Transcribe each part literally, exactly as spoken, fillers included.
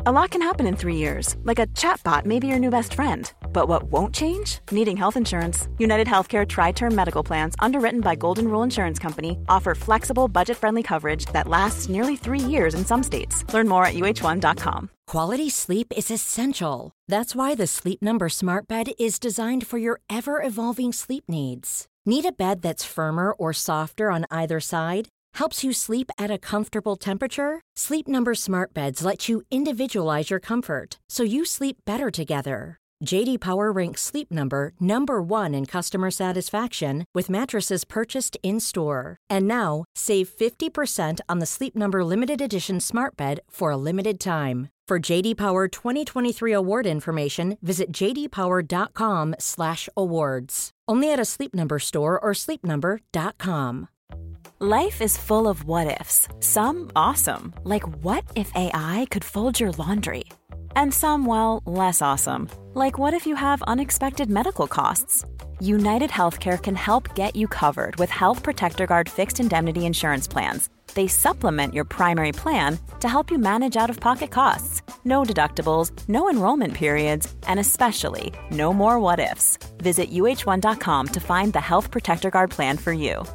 A lot can happen in three years, like a chatbot may be your new best friend. But what won't change? Needing health insurance. United Healthcare Tri-Term Medical Plans, underwritten by Golden Rule Insurance Company, offer flexible, budget-friendly coverage that lasts nearly three years in some states. Learn more at U H one dot com. Quality sleep is essential. That's why the Sleep Number Smart Bed is designed for your ever-evolving sleep needs. Need a bed that's firmer or softer on either side? Helps you sleep at a comfortable temperature? Sleep Number Smart Beds let you individualize your comfort, so you sleep better together. J D Power ranks Sleep Number number one in customer satisfaction with mattresses purchased in-store. And now, save fifty percent on the Sleep Number Limited Edition Smart Bed for a limited time. For J D Power twenty twenty-three award information, visit j d power dot com slash awards. Only at a Sleep Number store or sleep number dot com. Life is full of what-ifs. Some awesome, like what if A I could fold your laundry? And some, well, less awesome, like what if you have unexpected medical costs? United Healthcare can help get you covered with Health Protector Guard fixed indemnity insurance plans. They supplement your primary plan to help you manage out-of-pocket costs. No deductibles, no enrollment periods, and especially no more what-ifs. Visit U H one dot com to find the Health Protector Guard plan for you.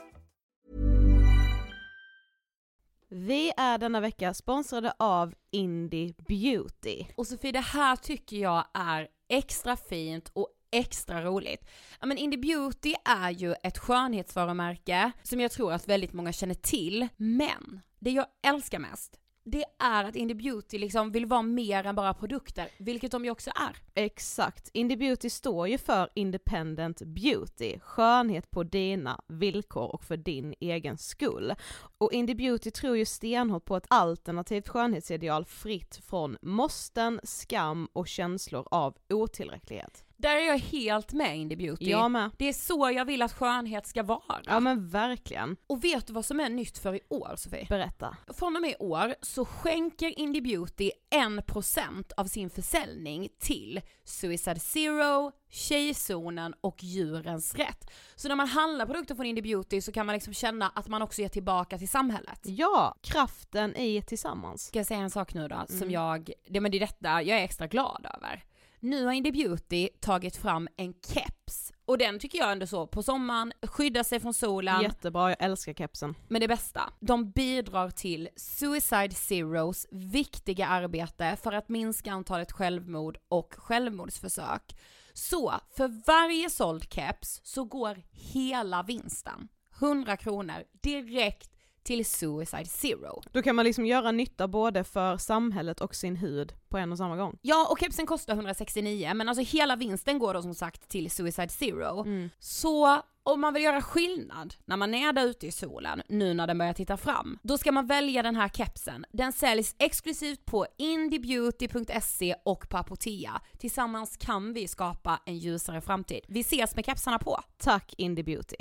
Vi är denna vecka sponsrade av Indie Beauty. Och Sofie, det här tycker jag är extra fint och extra roligt. Ja, men Indie Beauty är ju ett skönhetsvarumärke som jag tror att väldigt många känner till. Men det jag älskar mest, det är att Indie Beauty liksom vill vara mer än bara produkter, vilket de ju också är. Exakt. Indie Beauty står ju för Independent Beauty, skönhet på dina villkor och för din egen skull. Och Indie Beauty tror ju stenhårt på ett alternativt skönhetsideal fritt från måsten, skam och känslor av otillräcklighet. Där är jag helt med Indie Beauty. Jag med. Det är så jag vill att skönhet ska vara. Ja men verkligen. Och vet du vad som är nytt för i år, Sofie? Berätta. Från och med i år så skänker Indie Beauty en procent av sin försäljning till Suicide Zero, Tjejzonen och Djurens Rätt. Så när man handlar produkter från Indie Beauty så kan man liksom känna att man också ger tillbaka till samhället. Ja, kraften i tillsammans. Ska jag säga en sak nu då? Mm. Som jag, det, men det är detta jag är extra glad över. Nu har Indie Beauty tagit fram en keps. Och den tycker jag ändå så, på sommaren, skydda sig från solen. Jättebra, jag älskar kepsen. Men det bästa, de bidrar till Suicide Zeros viktiga arbete för att minska antalet självmord och självmordsförsök. Så för varje såld keps så går hela vinsten, hundra kronor, direkt till Suicide Zero. Då kan man liksom göra nytta både för samhället och sin hud på en och samma gång. Ja, och kepsen kostar hundrasextionio, men alltså hela vinsten går då som sagt till Suicide Zero. Mm. Så om man vill göra skillnad när man är där ute i solen, nu när den börjar titta fram, då ska man välja den här kepsen. Den säljs exklusivt på indiebeauty punkt se och på Apotea. Tillsammans kan vi skapa en ljusare framtid. Vi ses med kepsarna på. Tack Indie Beauty.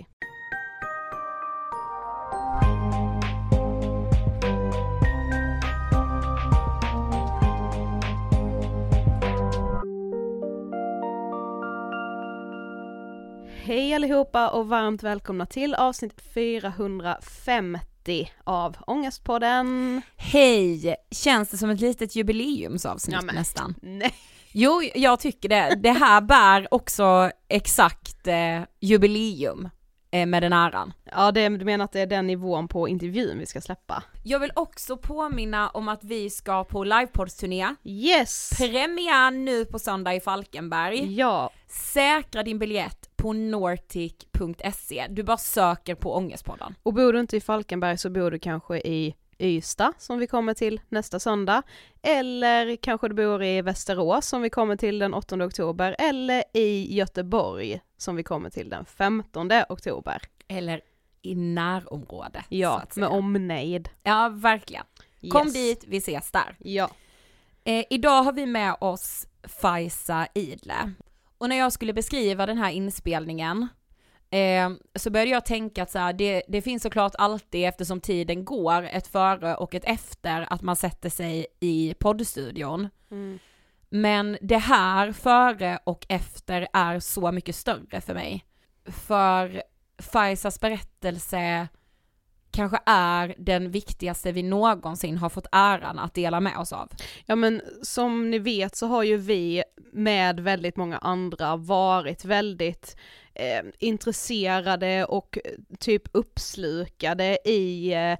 Hej allihopa och varmt välkomna till avsnitt fyrahundrafemtio av Ångestpodden. Hej! Känns det som ett litet jubileumsavsnitt ja, nästan? Nej. Jo, jag tycker det. Det här bär också exakt eh, jubileum eh, med den äran. Ja, det, du menar att det är den nivån på intervjun vi ska släppa? Jag vill också påminna om att vi ska på livepoddsturné. Yes! Premiär nu på söndag i Falkenberg. Ja. Säkra din biljett på nortic punkt se. Du bara söker på Ångestpodden. Och bor du inte i Falkenberg så bor du kanske i Ystad som vi kommer till nästa söndag. Eller kanske du bor i Västerås som vi kommer till den åttonde oktober. Eller i Göteborg som vi kommer till den femtonde oktober. Eller i närområdet. Ja, med omnejd. Ja, verkligen. Kom Yes. dit, vi ses där. Ja. Eh, idag har vi med oss Faiza Idle. Och när jag skulle beskriva den här inspelningen eh, så började jag tänka att så här, det, det finns såklart alltid, eftersom tiden går, ett före och ett efter att man sätter sig i poddstudion. Mm. Men det här före och efter är så mycket större för mig. För Faizas berättelse kanske är den viktigaste vi någonsin har fått äran att dela med oss av. Ja, men som ni vet så har ju vi med väldigt många andra varit väldigt eh, intresserade och typ uppslukade i eh,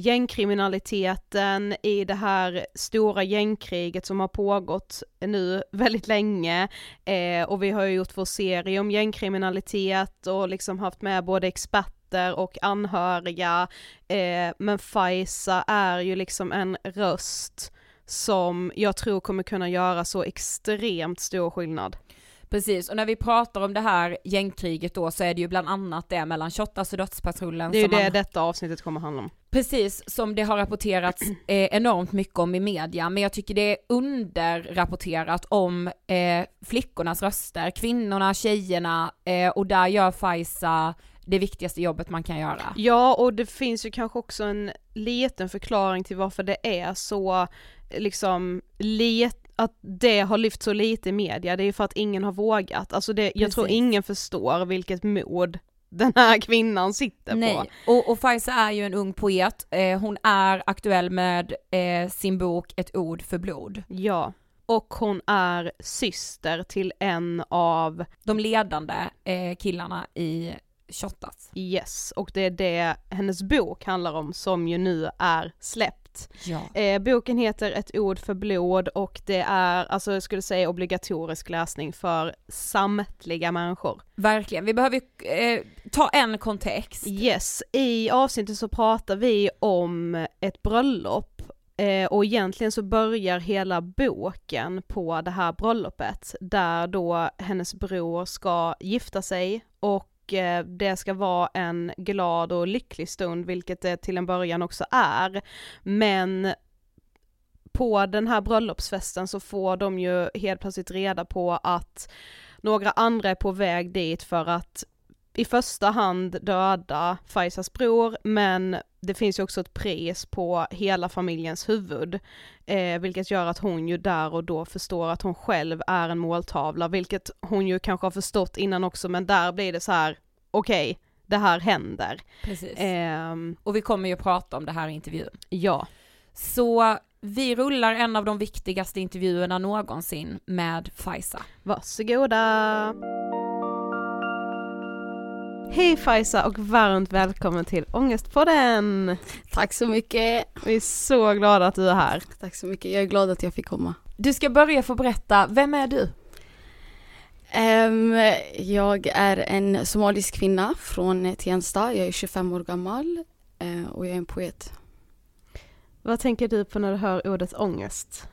gängkriminaliteten, i det här stora gängkriget som har pågått nu väldigt länge, eh, och vi har ju gjort vår serie om gängkriminalitet och liksom haft med både experter och anhöriga, eh, men Faiza är ju liksom en röst som jag tror kommer kunna göra så extremt stor skillnad. Precis, och när vi pratar om det här gängkriget då så är det ju bland annat det mellan Shottaz och Dödspatrullen. Det är ju som det man... detta avsnittet kommer handla om. Precis, som det har rapporterats eh, enormt mycket om i media, men jag tycker det är underrapporterat om eh, flickornas röster, kvinnorna, tjejerna, eh, och där gör Faiza det viktigaste jobbet man kan göra. Ja, och det finns ju kanske också en liten förklaring till varför det är så liksom let, att det har lyft så lite i media. Det är ju för att ingen har vågat. Alltså det, jag tror ingen förstår vilket mod den här kvinnan sitter Nej. på. Och, och Faiza är ju en ung poet. Eh, hon är aktuell med eh, sin bok Ett ord för blod. Ja. Och hon är syster till en av de ledande eh, killarna i Shottaz. Yes, och det är det hennes bok handlar om som ju nu är släppt. Ja. Eh, boken heter Ett ord för blod och det är, alltså jag skulle säga obligatorisk läsning för samtliga människor. Verkligen, vi behöver eh, ta en kontext. Yes, i avsnittet så pratar vi om ett bröllop. Eh, och egentligen så börjar hela boken på det här bröllopet där då hennes bror ska gifta sig och det ska vara en glad och lycklig stund, vilket det till en början också är. Men på den här bröllopsfesten så får de ju helt plötsligt reda på att några andra är på väg dit för att i första hand döda Faizas bror, men det finns ju också ett pris på hela familjens huvud, eh, vilket gör att hon ju där och då förstår att hon själv är en måltavla, vilket hon ju kanske har förstått innan också, men där blir det så här: okej, okay, det här händer. Precis. Eh, och vi kommer ju prata om det här i intervjun. Ja. Så vi rullar en av de viktigaste intervjuerna någonsin med Faiza. Varsågoda! Hej Faiza och varmt välkommen till Ångestpodden! Tack så mycket! Vi är så glada att du är här. Tack så mycket, jag är glad att jag fick komma. Du ska börja få berätta, vem är du? Um, jag är en somalisk kvinna från Tensta, jag är tjugofem år gammal uh, och jag är en poet. Vad tänker du på när du hör ordet ångest?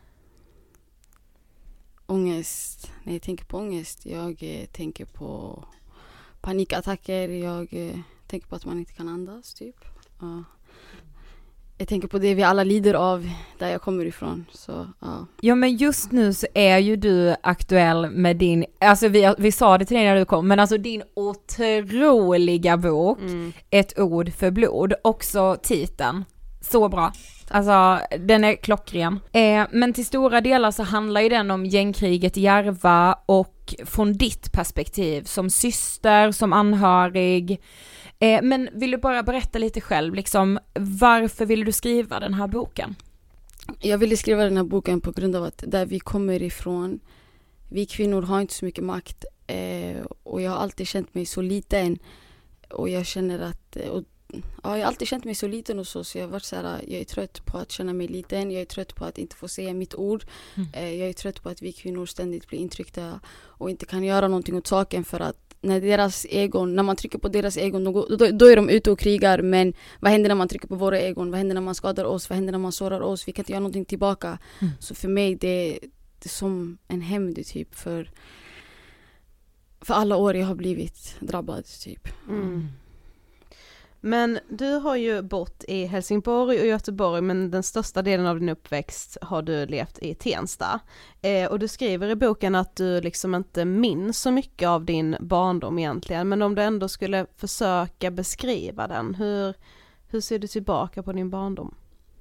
Ångest, när jag tänker på ångest, jag eh, tänker på panikattacker, jag eh, tänker på att man inte kan andas typ. Uh, jag tänker på det vi alla lider av där jag kommer ifrån. Så, uh. Ja, men just nu så är ju du aktuell med din, alltså vi, vi sa det till dig när du kom, men alltså din otroliga bok, mm. Ett ord för blod, också titeln. Så bra. Alltså, den är klockren. Eh, men till stora delar så handlar ju den om gängkriget i Järva och från ditt perspektiv som syster, som anhörig. Eh, men vill du bara berätta lite själv, liksom, varför ville du skriva den här boken? Jag ville skriva den här boken på grund av att där vi kommer ifrån, vi kvinnor har inte så mycket makt eh, och jag har alltid känt mig så liten och jag känner att... Och, Ja, jag har alltid känt mig så liten och så, så jag har varit så här, jag är trött på att känna mig liten, jag är trött på att inte få säga mitt ord, mm. jag är trött på att vi kvinnor ständigt blir intryckta och inte kan göra någonting åt saken för att när deras egon, när man trycker på deras egon, då, då, då är de ute och krigar, men vad händer när man trycker på våra egon, vad händer när man skadar oss, vad händer när man sårar oss, vi kan inte göra någonting tillbaka. Mm. Så för mig det, det är som en hämnd typ för, för alla år jag har blivit drabbad typ. Mm. Men du har ju bott i Helsingborg och Göteborg, men den största delen av din uppväxt har du levt i Tensta. Eh, och du skriver i boken att du liksom inte minns så mycket av din barndom egentligen, men om du ändå skulle försöka beskriva den, hur, hur ser du tillbaka på din barndom?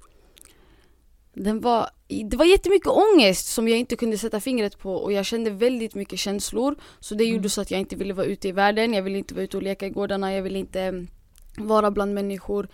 Den var, det var jättemycket ångest som jag inte kunde sätta fingret på och jag kände väldigt mycket känslor, så det gjorde mm. så att jag inte ville vara ute i världen, jag ville inte vara ute och leka i gårdarna, jag ville inte vara bland människor.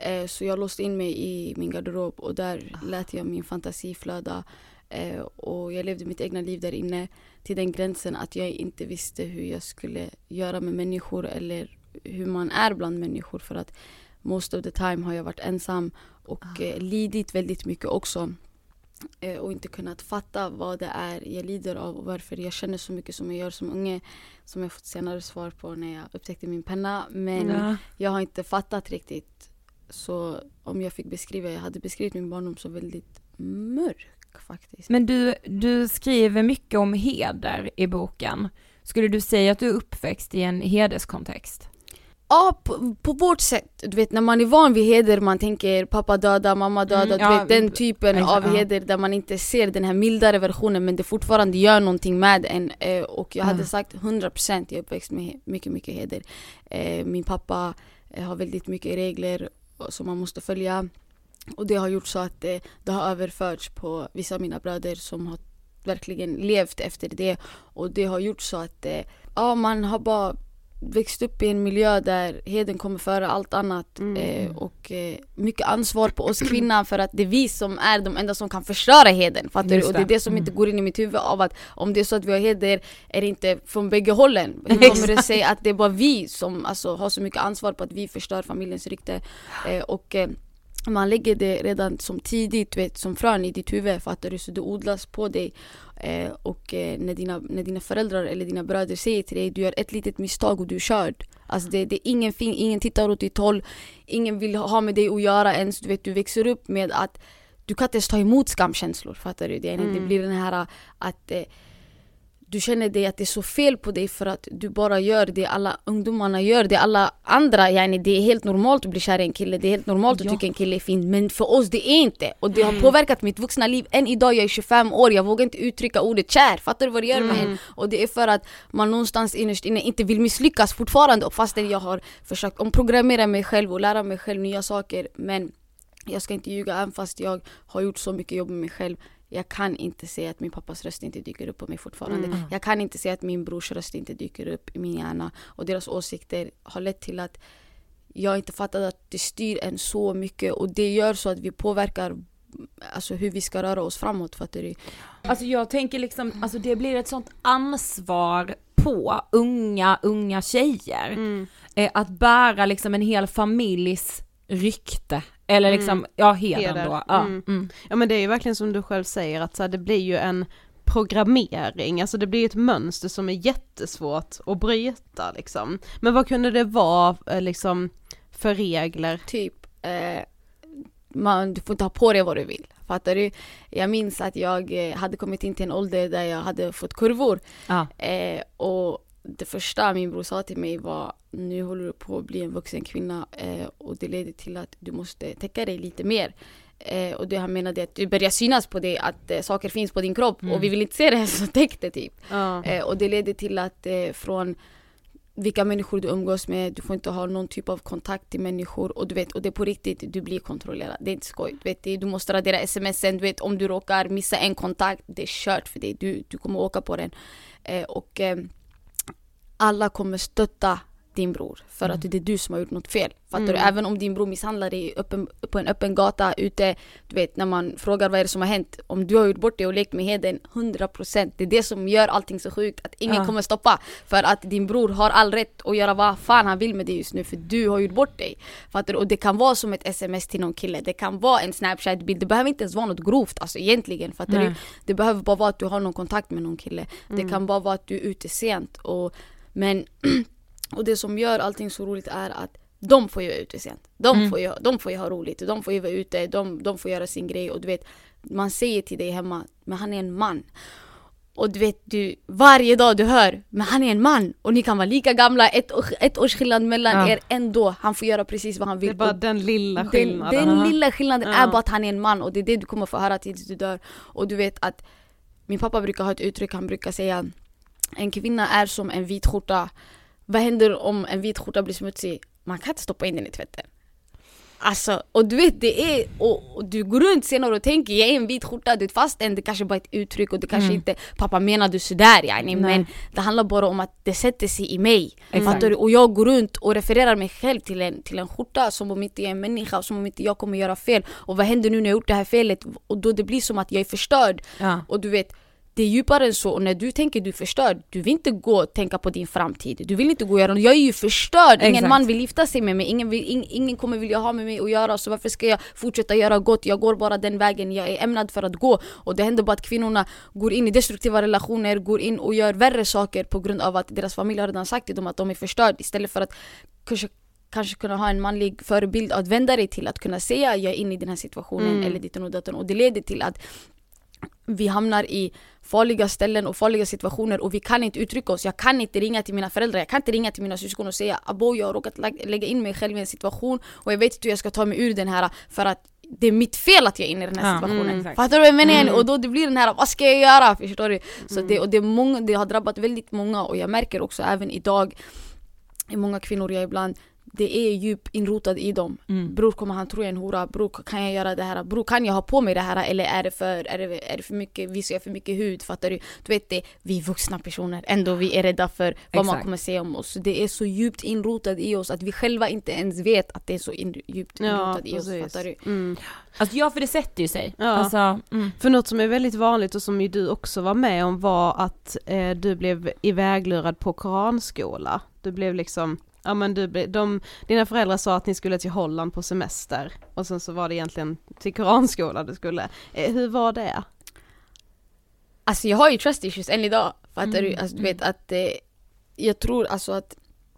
Eh, så jag låste in mig i min garderob och där lät jag min fantasi flöda. Eh, och jag levde mitt egna liv där inne till den gränsen att jag inte visste hur jag skulle göra med människor eller hur man är bland människor, för att most of the time har jag varit ensam och ah. eh, lidit väldigt mycket också. Eh, och inte kunnat fatta vad det är jag lider av och varför jag känner så mycket som jag gör som unge, som jag fått senare svar på när jag upptäckte min penna. Men ja. jag har inte fattat riktigt. Så om jag fick beskriva, jag hade beskrivit min barndom så väldigt mörk faktiskt. Men du, du skriver mycket om heder i boken. Skulle du säga att du är uppväxt i en hederskontext? Ja, på, på vårt sätt. Du vet, när man är van vid heder, man tänker pappa döda, mamma döda, mm, du ja, vet, den typen exakt, av heder där man inte ser den här mildare versionen men det fortfarande gör någonting med en. Eh, och jag mm. hade sagt hundra procent jag är uppväxt med mycket, mycket heder. Eh, min pappa eh, har väldigt mycket regler som man måste följa. Och det har gjort så att eh, det har överförts på vissa av mina bröder som har verkligen levt efter det. Och det har gjort så att eh, ja, man har bara växt upp i en miljö där heden kommer före allt annat. Mm. Eh, och eh, mycket ansvar på oss kvinnor för att det är vi som är de enda som kan förstöra heden. Fattar du? Och det är det som mm. inte går in i mitt huvud av att om det är så att vi har heder är det inte från bägge hållen. Hur kommer det sig att det är bara vi som alltså, har så mycket ansvar på att vi förstör familjens rykte? Eh, och eh, man lägger det redan som tidigt, vet, som frön i ditt huvud, fattar du, så det odlas på dig. Eh, och eh, när, dina, när dina föräldrar eller dina bröder säger till dig du gör ett litet misstag och du är körd. Alltså det, det är ingen fin, ingen tittar åt ditt håll, ingen vill ha med dig att göra ens. Du vet, du växer upp med att du kan inte ens ta emot skamkänslor, fattar du? Det, mm. det blir den här att eh, du känner dig att det är så fel på dig för att du bara gör det alla ungdomarna gör, det alla andra, yani det är helt normalt att bli kär i en kille, det är helt normalt att ja. tycka en kille är fin, men för oss det är inte, och det har påverkat mitt vuxna liv än idag. Jag är tjugofem år, jag vågar inte uttrycka ordet kär, fattar du vad det gör med mm. en? Och det är för att man någonstans innerst inne inte vill misslyckas fortfarande, fastän jag har försökt omprogrammera mig själv och lära mig själv nya saker, men jag ska inte ljuga, även fast jag har gjort så mycket jobb med mig själv. Jag kan inte säga att min pappas röst inte dyker upp på mig fortfarande. Mm. Jag kan inte säga att min brors röst inte dyker upp i min hjärna. Och deras åsikter har lett till att jag inte fattat att det styr en så mycket. Och det gör så att vi påverkar alltså, hur vi ska röra oss framåt. Fattar du? Alltså jag tänker liksom, alltså det blir ett sånt ansvar på unga, unga tjejer. Mm. Eh, att bära liksom en hel familjs rykte. Eller liksom, mm. ja, heden då. Ja. Mm. Mm. ja, men det är ju verkligen som du själv säger att så här, det blir ju en programmering. Alltså det blir ett mönster som är jättesvårt att bryta liksom. Men vad kunde det vara liksom för regler? Typ, eh, man, du får inte ha på dig vad du vill. Fattar du? Jag minns att jag eh, hade kommit in till en ålder där jag hade fått kurvor. Ah. Eh, och det första min bror sa till mig var: nu håller du på att bli en vuxen kvinna eh, och det leder till att du måste täcka dig lite mer. Eh, och det han menade att du börjar synas på det, att eh, saker finns på din kropp mm. och vi vill inte se det, så täck det typ. Ah. Eh, och det leder till att eh, från vilka människor du umgås med, du får inte ha någon typ av kontakt till människor, och du vet, och det är på riktigt, du blir kontrollerad, det är inte skoj, du vet, du måste radera smsen, du vet, om du råkar missa en kontakt, det är kört för dig, du, du kommer åka på den. Eh, och eh, alla kommer stötta din bror för mm. att det är du som har gjort något fel. Fattar mm. du? Även om din bror misshandlar dig öppen, på en öppen gata ute, du vet, när man frågar vad är det som har hänt, om du har gjort bort det och lekt med heden, hundra procent, det är det som gör allting så sjukt, att ingen ja. kommer stoppa, för att din bror har all rätt att göra vad fan han vill med dig just nu, för du har gjort bort dig. Fattar du? Och det kan vara som ett sms till någon kille, det kan vara en Snapchat-bild, det behöver inte ens vara något grovt, alltså egentligen, fattar Nej. du? Det behöver bara vara att du har någon kontakt med någon kille, mm. det kan bara vara att du är ute sent, och men och det som gör allting så roligt är att de får ju vara ute sent. De, mm. får ju, de får ju ha roligt. De får ju vara ute. De, de får göra sin grej. Och du vet, man säger till dig hemma, men han är en man. Och du vet, du, varje dag du hör, men han är en man. Och ni kan vara lika gamla, ett, ett års skillnad mellan ja. er ändå. Han får göra precis vad han vill. Det är bara och den lilla skillnaden. Den, den lilla skillnaden ja. är bara att han är en man. Och det är det du kommer få höra tills du dör. Och du vet att min pappa brukar ha ett uttryck, han brukar säga: en kvinna är som en vit skjorta. Vad händer om en vit skjorta blir smutsig? Man kan inte stoppa in den i tvätten. Alltså, och du vet, det är, och, och du går runt senare och tänker, jag är en vit skjorta, du vet, fast det kanske bara är ett uttryck och det kanske mm. inte, pappa menar du sådär, yani, men det handlar bara om att det sätter sig i mig. Mm. Och jag går runt och refererar mig själv till en, till en skjorta som om inte jag är en människa, som om inte jag kommer göra fel. Och vad händer nu när jag gjort det här felet? Och då det blir som att jag är förstörd. Ja. Och du vet, det är djupare än så. Och när du tänker du är förstörd, du vill inte gå och tänka på din framtid. Du vill inte gå och göra något. Jag är ju förstörd. Ingen Exakt. man vill gifta sig med mig. Ingen, vill, ing, ingen kommer vilja ha med mig att göra. Så varför ska jag fortsätta göra gott? Jag går bara den vägen jag är ämnad för att gå. Och det händer bara att kvinnorna går in i destruktiva relationer, går in och gör värre saker på grund av att deras familj har redan sagt till dem att de är förstörd. Istället för att kanske kanske kunna ha en manlig förebild att vända dig till, att kunna säga jag är inne i den här situationen mm. eller ditten och datorn. Och det leder till att vi hamnar i farliga ställen och farliga situationer och vi kan inte uttrycka oss. Jag kan inte ringa till mina föräldrar, jag kan inte ringa till mina syskon och säga abo, jag har råkat lä- lägga in mig själv i en situation och jag vet inte hur jag ska ta mig ur den här, för att det är mitt fel att jag är inne i den här ja, situationen. Mm, Fattar du vad jag menar? Mm. Och då det blir den här, vad ska jag göra? Förstår du? Så mm. det, och det, är många, det har drabbat väldigt många, och jag märker också även idag i många kvinnor jag ibland, det är djup inrotad i dem. Mm. Bror, kommer han tro jag är en hora? Bror, kan jag göra det här? Bror, kan jag ha på mig det här? Eller är det för, är det, är det för mycket, visar jag för mycket hud? Fattar du? Du vet det, vi är vuxna personer. Ändå vi är rädda för vad Exakt. man kommer säga om oss. Det är så djupt inrotad i oss att vi själva inte ens vet att det är så in, djupt inrotad ja, i oss. Fattar du? Mm. Alltså ja, för det sätter ju sig. Ja. Alltså, mm. För något som är väldigt vanligt och som ju du också var med om var att eh, du blev iväglurad på koranskola. Du blev liksom... Ja, men du, de, dina föräldrar sa att ni skulle till Holland på semester och sen så var det egentligen till koranskola du skulle. Eh, hur var det? Alltså jag har ju trust issues än idag. Fattar mm. du? Alltså, du vet att eh, jag tror alltså att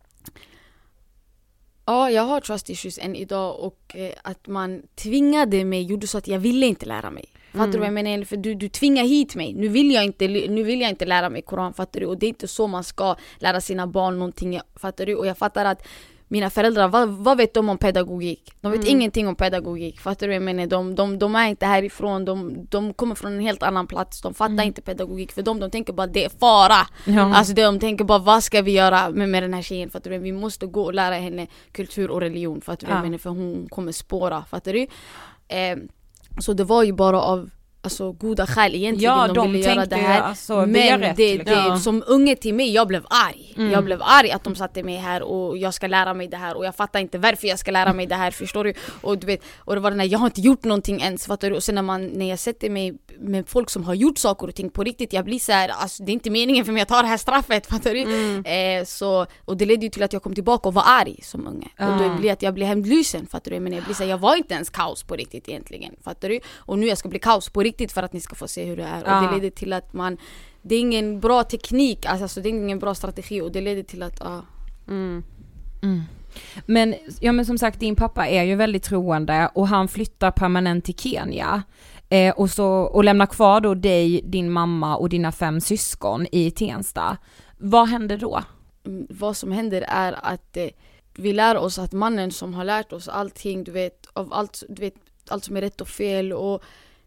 ja, jag har trust issues än idag, och eh, att man tvingade mig gjorde så att jag ville inte lära mig. Fattar mm. du vad jag menar? För du, du tvingar hit mig. Nu vill jag inte nu vill jag inte lära mig Koran, fattar du? Och det är inte så man ska lära sina barn någonting, fattar du? Och jag fattar att mina föräldrar, vad, vad vet de om pedagogik? De vet mm. ingenting om pedagogik, fattar du vad jag menar? De, de, de är inte härifrån, de, de kommer från en helt annan plats. De fattar mm. inte pedagogik. För dem, de tänker bara det är fara. Ja. Alltså de tänker bara, vad ska vi göra med, med den här tjejen? Fattar du? Vi måste gå och lära henne kultur och religion, fattar du vad jag menar? För hon kommer spåra, fattar du? Eh, Så det var ju bara av alltså, goda skäl egentligen. Ja, de, de ville göra det här. Alltså, men rätt, det, liksom. det, ja. som unge till mig, jag blev arg. Mm. Jag blev arg att de satte mig här och jag ska lära mig det här. Och jag fattar inte varför jag ska lära mig det här, förstår du? Och, du vet, och det var den här, jag har inte gjort någonting ens, fattar du? Och sen när, man, när jag sätter mig med folk som har gjort saker och ting på riktigt, jag blir så här, alltså, det är inte meningen för mig att ta det här straffet, fattar du? Mm. Eh, så, och det ledde ju till att jag kom tillbaka och var arg som unge. Mm. Och då blir att jag blir hämndlysen, fattar du? Men jag blir så här, jag var inte ens kaos på riktigt egentligen, fattar du? Och nu jag ska bli kaos på riktigt för att ni ska få se hur det är. Och det leder till att man, det är ingen bra teknik, alltså det är ingen bra strategi, och det leder till att ja. Mm. Mm. Men, ja, men som sagt, din pappa är ju väldigt troende och han flyttar permanent till Kenya eh, och, så, och lämnar kvar då dig, din mamma och dina fem syskon i Tensta. Vad händer då? Mm, vad som händer är att eh, vi lär oss att mannen som har lärt oss allting, du vet, av allt, du vet, allt som är rätt och fel, och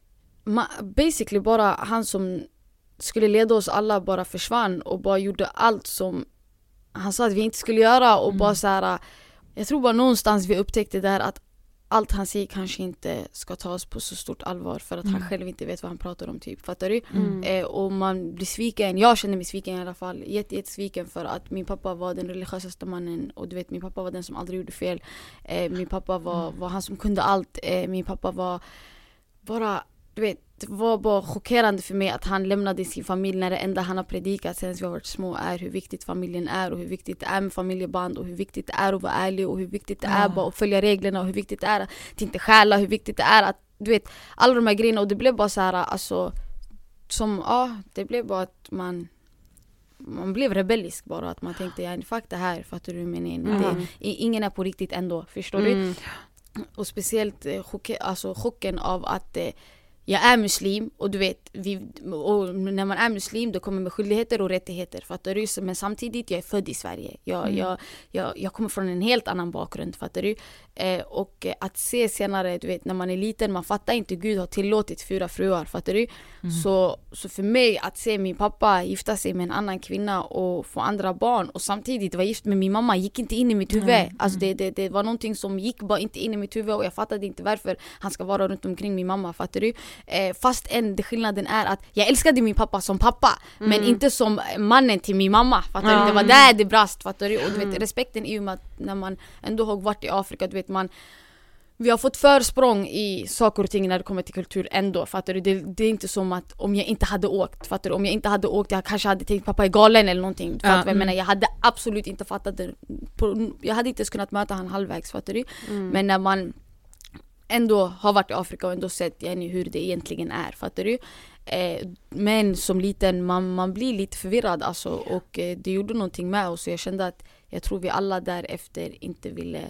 basically bara han som skulle leda oss alla bara försvann och bara gjorde allt som han sa att vi inte skulle göra, och mm. bara så här, jag tror bara någonstans vi upptäckte där att allt han säger kanske inte ska tas på så stort allvar, för att mm. han själv inte vet vad han pratar om, typ, fattar du? Mm. Eh, och man blir sviken, jag känner mig sviken i alla fall, jätte, jätte sviken, för att min pappa var den religiösaste mannen, och du vet, min pappa var den som aldrig gjorde fel, eh, min pappa var, var han som kunde allt, eh, min pappa var bara, du vet, det var bara chockerande för mig att han lämnade sin familj, när det enda han har predikat sen vi har varit små är hur viktigt familjen är, och hur viktigt det är med familjeband, och hur viktigt det är att vara ärlig, och hur viktigt det är ja. bara att följa reglerna, och hur viktigt det är att inte stjäla, hur viktigt det är att, du vet, alla de här grejerna. Och det blev bara så här, alltså, som, ja, det blev bara att man man blev rebellisk bara, att man tänkte, ja, fuck det här, fattar du meningen? Mm. Det, ingen är på riktigt ändå, förstår mm. du? Och speciellt chock, alltså, chocken av att eh, jag är muslim och du vet, vi, och när man är muslim då kommer med skyldigheter och rättigheter. Fattar du? Men samtidigt, jag är född i Sverige. Jag, mm. jag, jag, jag kommer från en helt annan bakgrund, fattar du? Eh, och att se senare, du vet, när man är liten, man fattar inte Gud har tillåtit fyra fruar, fattar du? Mm. Så, så för mig att se min pappa gifta sig med en annan kvinna och få andra barn och samtidigt vara gift med min mamma gick inte in i mitt huvud. Mm. Alltså det, det, det var någonting som gick bara inte in i mitt huvud och jag fattade inte varför han ska vara runt omkring min mamma, fattar du? Eh, fast än det skillnaden är att jag älskade min pappa som pappa mm. men inte som mannen till min mamma, fattar mm. du? Det var där det brast, fattar du? Och du vet, respekten är ju med att när man ändå har varit i Afrika, du vet man vi har fått försprång i saker och ting när det kommer till kultur ändå, fattar du? Det, det är inte som att om jag inte hade åkt, fattar du? Om jag inte hade åkt, jag kanske hade tänkt pappa är galen eller någonting, fattar ja, du? Mm. Men jag hade absolut inte fattat det. Jag hade inte ens kunnat möta han halvvägs, fattar du? Mm. Men när man ändå har varit i Afrika och ändå sett yani, hur det egentligen är, fattar du? Eh, men som liten, man, man blir lite förvirrad alltså, och eh, det gjorde någonting med oss. Så jag kände att jag tror vi alla därefter inte ville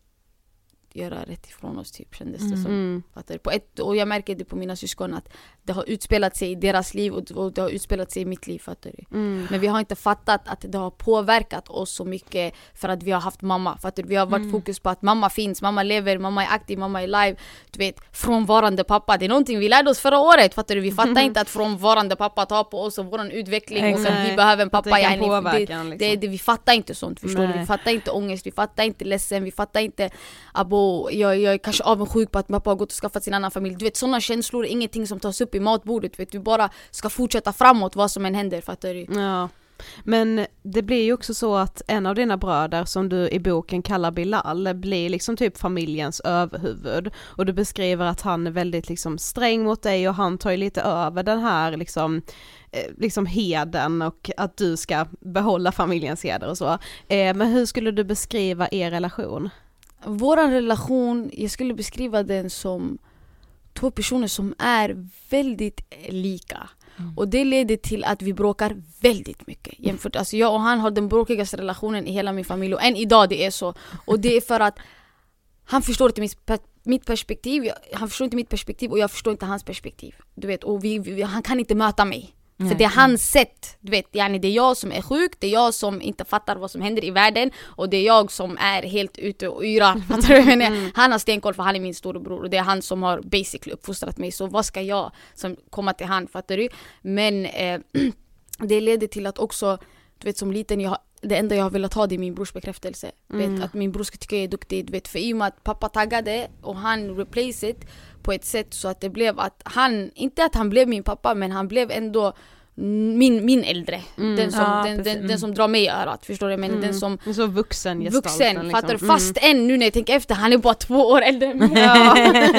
göra rätt ifrån oss, typ, kändes det som. Mm. Fattar du? På ett, och jag märker det på mina syskon att det har utspelat sig i deras liv och, och det har utspelat sig i mitt liv, fattar du? Mm. Men vi har inte fattat att det har påverkat oss så mycket för att vi har haft mamma, fattar du? Vi har varit mm. fokus på att mamma finns, mamma lever, mamma är aktiv, mamma är live, du vet, frånvarande pappa, det är någonting vi lärde oss förra året, fattar du? Vi fattar mm. inte att frånvarande pappa tar på oss och våran utveckling. Exakt. Och att vi behöver en pappa, det, påverka, det, liksom. det, det, vi fattar inte sånt, förstår du? Vi fattar inte ångest, vi fattar inte ledsen, vi fattar inte abo, jag, jag är kanske avundsjuk på att pappa har gått och skaffat sin annan familj, du vet, sådana känslor är ingenting som tas upp i matbordet, vet du, bara ska fortsätta framåt vad som än händer, fattar du? Ja. Men det blir ju också så att en av dina bröder som du i boken kallar Bilal blir liksom typ familjens överhuvud, och du beskriver att han är väldigt liksom sträng mot dig och han tar ju lite över den här liksom eh, liksom heden och att du ska behålla familjens heder och så. Eh, men hur skulle du beskriva er relation? Våran relation, jag skulle beskriva den som två personer som är väldigt lika. Mm. Och det leder till att vi bråkar väldigt mycket. Jämfört, alltså jag och han har den bråkigaste relationen i hela min familj. Och än idag det är så. Och det är för att han förstår inte mitt, mitt perspektiv. Han förstår inte mitt perspektiv och jag förstår inte hans perspektiv. Du vet, och vi, vi, han kan inte möta mig. För mm. det är hans sätt, du vet, yani det är jag som är sjuk, det är jag som inte fattar vad som händer i världen och det är jag som är helt ute och yrar. mm. Han har stenkoll för han är min storebror och det är han som har basically uppfostrat mig, så vad ska jag som komma till han, fattar du? Men eh, det leder till att också, du vet, som liten jag, det enda jag har velat ha det är min brors bekräftelse. Mm. Vet, att min bror ska tycka jag är duktig, du vet, för i och med att pappa taggade och han replace it på ett sätt så att det blev att han, inte att han blev min pappa, men han blev ändå min, min äldre. Mm. Den, som, ja, den, den, den som drar mig i örat, förstår du? Men mm. den som så vuxen gestalten, vuxen, liksom. Fattar du? Fast mm. än nu när jag tänker efter, han är bara två år äldre än mig. Ja.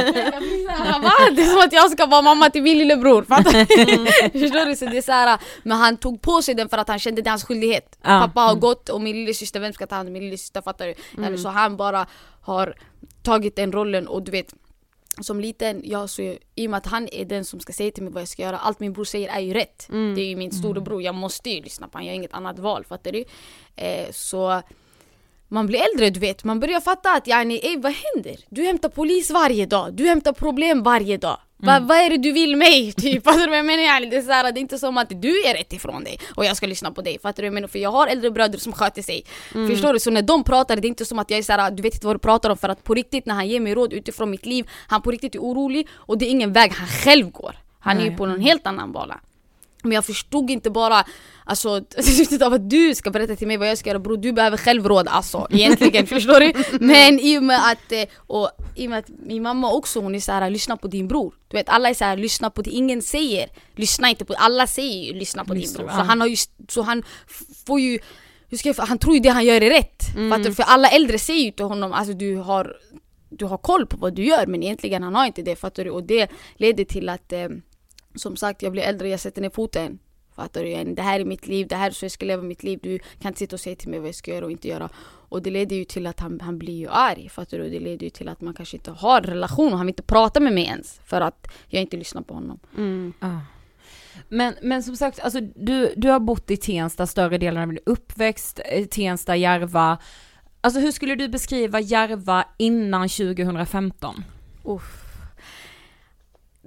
Det är som att jag ska vara mamma till min lillebror, fattar du? Förstår du? Så det är så här, men han tog på sig den för att han kände det hans skyldighet. Ja. Pappa har mm. gått och min lillasyster, vem ska ta hand om min lillasyster, fattar du? Mm. Eller så han bara har tagit den rollen och du vet, som liten, ja, så jag, i och med att han är den som ska säga till mig vad jag ska göra, allt min bror säger är ju rätt. Mm. Det är ju min storebror, jag måste ju lyssna på honom, jag har inget annat val, fattar du? Eh, så man blir äldre, du vet, man börjar fatta att yani, ey, vad händer? Du hämtar polis varje dag, du hämtar problem varje dag. Mm. Va, vad är det du vill mig? Typ, fattar du vad jag menar? Yani, det, är så här, det är inte som att du är rätt ifrån dig och jag ska lyssna på dig, fattar du vad jag menar? För jag har äldre bröder som sköter sig. Mm. Förstår du? Så när de pratar, det är inte som att jag är så här, du vet inte vad du pratar om, för att på riktigt när han ger mig råd utifrån mitt liv, han på riktigt är orolig och det är ingen väg han själv går. Han Nej. är ju på någon helt annan bana. Men jag förstod inte bara, alltså, av att du ska berätta till mig vad jag ska göra, bror, du behöver självråd, alltså, egentligen, förstår du? Men i och med att, och i och med att min mamma också, hon är så här, lyssna på din bror. Du vet, alla är så här, lyssna på det, ingen säger, lyssna inte på, alla säger ju, lyssna på lyssna, din bror. Så han har ju, så han får ju, hur ska jag, han tror ju det han gör är rätt. Mm. För, för alla äldre säger ju till honom, alltså du har, du har koll på vad du gör, men egentligen han har inte det, fattar du? Och det leder till att eh, som sagt, jag blir äldre, jag sätter ner foten. Fattar du? Det här är mitt liv, det här är så jag ska leva mitt liv. Du kan inte sitta och säga till mig vad jag ska göra och inte göra. Och det leder ju till att han, han blir ju arg. Fattar du? Det leder ju till att man kanske inte har relation och han vill inte prata med mig ens. För att jag inte lyssnar på honom. Mm. Ah. Men, men som sagt, alltså, du, du har bott i Tensta större delen av din uppväxt. Tensta, Järva. Alltså hur skulle du beskriva Järva innan tjugohundrafemton? Uff.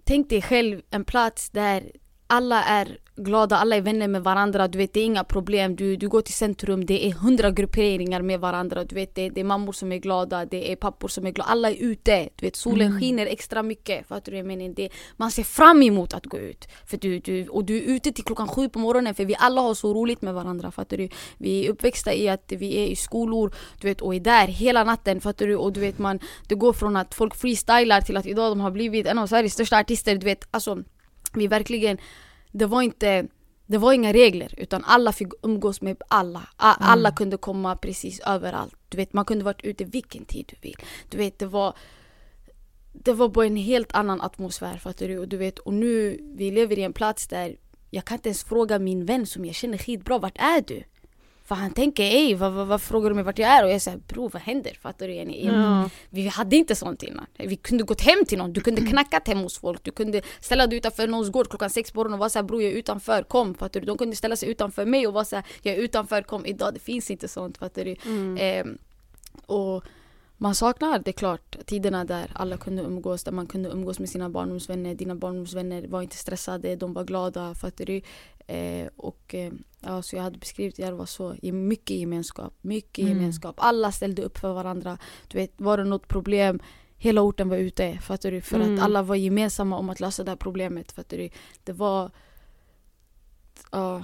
tänk dig själv en plats där alla är glada, alla är vänner med varandra, du vet det är inga problem, du, du går till centrum, det är hundra grupperingar med varandra, du vet det, det är mammor som är glada, det är pappor som är glada, alla är ute, du vet solen mm. skiner extra mycket, fattar du vad jag menar? Det, man ser fram emot att gå ut, för du, du, och du är ute till klockan sju på morgonen för vi alla har så roligt med varandra, fattar du? Vi är uppväxta i att vi är i skolor, du vet, och är där hela natten, fattar du? Och du vet man, det går från att folk freestylar till att idag de har blivit en av Sveriges största artister, du vet, alltså vi verkligen, det var inte, det var inga regler utan alla fick umgås med alla. Alla mm. kunde komma precis överallt. Du vet, man kunde varit ute vilken tid du vill. Du vet, det var det var bara en helt annan atmosfär, fattar du? Och du vet, och nu vi lever i en plats där jag kan inte ens fråga min vän som jag känner skitbra, vart är du? För han tänker, ej, vad, vad, vad frågar du mig vart jag är? Och jag säger, bro, vad händer? Fattar du? Mm. Vi hade inte sånt innan. Vi kunde gått hem till någon. Du kunde knackat hem hos folk. Du kunde ställa dig utanför någons gård klockan sex på morgonen och vara såhär, bro, jag är utanför, kom. Fattar du? De kunde ställa sig utanför mig och vara såhär, jag är utanför, kom. Idag det finns inte sånt, fattar du? Mm. Eh, och man saknar, det är klart, tiderna där alla kunde umgås, där man kunde umgås med sina barndomsvänner. Dina barndomsvänner var inte stressade, de var glada, fattar du? Eh, och eh, ja, så jag hade beskrivit det, det var så mycket gemenskap, mycket mm. gemenskap. Alla ställde upp för varandra. Du vet, var det något problem, hela orten var ute, fattar du? För mm. att alla var gemensamma om att lösa det här problemet, fattar du? Det var ja. Uh,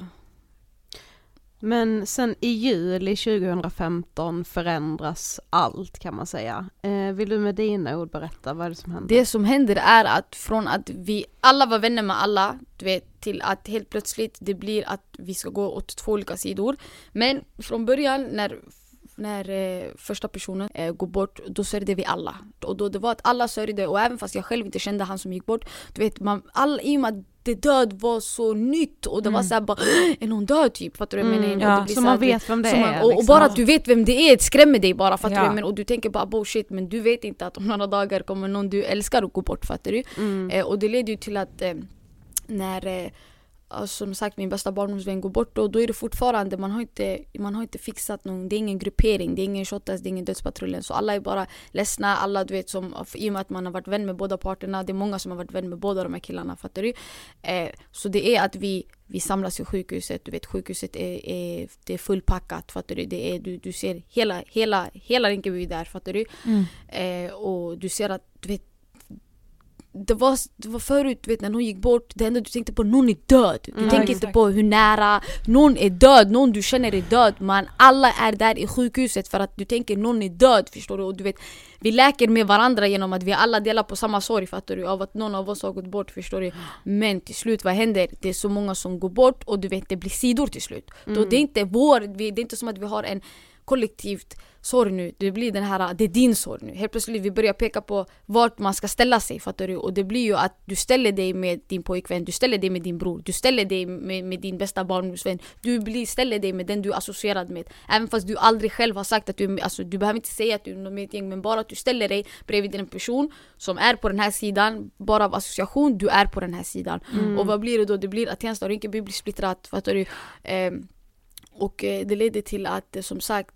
Men sen i juli tjugohundrafemton förändras allt, kan man säga. Eh, vill du med dina ord berätta vad är det som händer? Det som händer är att från att vi alla var vänner med alla, du vet, till att helt plötsligt det blir att vi ska gå åt två olika sidor. Men från början när när eh, första personen eh, går bort, då sörjde vi alla. Och då det var att alla sörjde, och även fast jag själv inte kände han som gick bort, du vet, man, all, i och med att det död var så nytt och det mm. var såhär bara, är någon död typ, fattar du? Mm, ja, det blir så man vet vem det man, är. Och, liksom. och bara att du vet vem det är, det skrämmer dig bara, fattar ja. du? Men, och du tänker bara, bullshit, men du vet inte att om några dagar kommer någon du älskar att gå bort, fattar du? Mm. Eh, och det leder ju till att eh, när eh, alltså, som sagt min bästa barndomsvän går bort, och då är det fortfarande, man har inte, man har inte fixat någon, det är ingen gruppering, det är ingen shotas, det är ingen dödspatrullen, så alla är bara ledsna, alla du vet, som, i och med att man har varit vän med båda parterna, det är många som har varit vän med båda de här killarna, fattar du? Eh, så det är att vi vi samlas i sjukhuset, du vet, sjukhuset är, är, det är fullpackat, fattar du? Det är, du, du ser hela, hela, hela Rinkeby där, fattar du? Mm. Eh, och du ser att, du vet, Det var, det var förut, du vet, när någon gick bort, det enda du tänkte på, någon är död. Du mm, tänker exakt. Inte på hur nära, någon är död, någon du känner är död. Man, alla är där i sjukhuset för att du tänker någon är död, förstår du? Och du vet, vi läker med varandra genom att vi alla delar på samma sorg, fattar du? Av att någon av oss har gått bort, förstår du? Men till slut, vad händer? Det är så många som går bort och du vet, det blir sidor till slut. Mm. Då det är inte vår, det är inte som att vi har en kollektivt sorg nu, det blir den här, det är din sorg nu. Helt plötsligt vi börjar peka på vart man ska ställa sig, fattar du? Och det blir ju att du ställer dig med din pojkvän, du ställer dig med din bror, du ställer dig med, med din bästa barndomsvän, du blir, ställer dig med den du är associerad med. Även fast du aldrig själv har sagt att du, alltså du behöver inte säga att du är med ett gäng, men bara att du ställer dig bredvid en person som är på den här sidan, bara av association, du är på den här sidan. Mm. Och vad blir det då? Det blir att Tensta och Rinkeby blir splittrat, fattar du? Ehm, och eh, det leder till att, som sagt,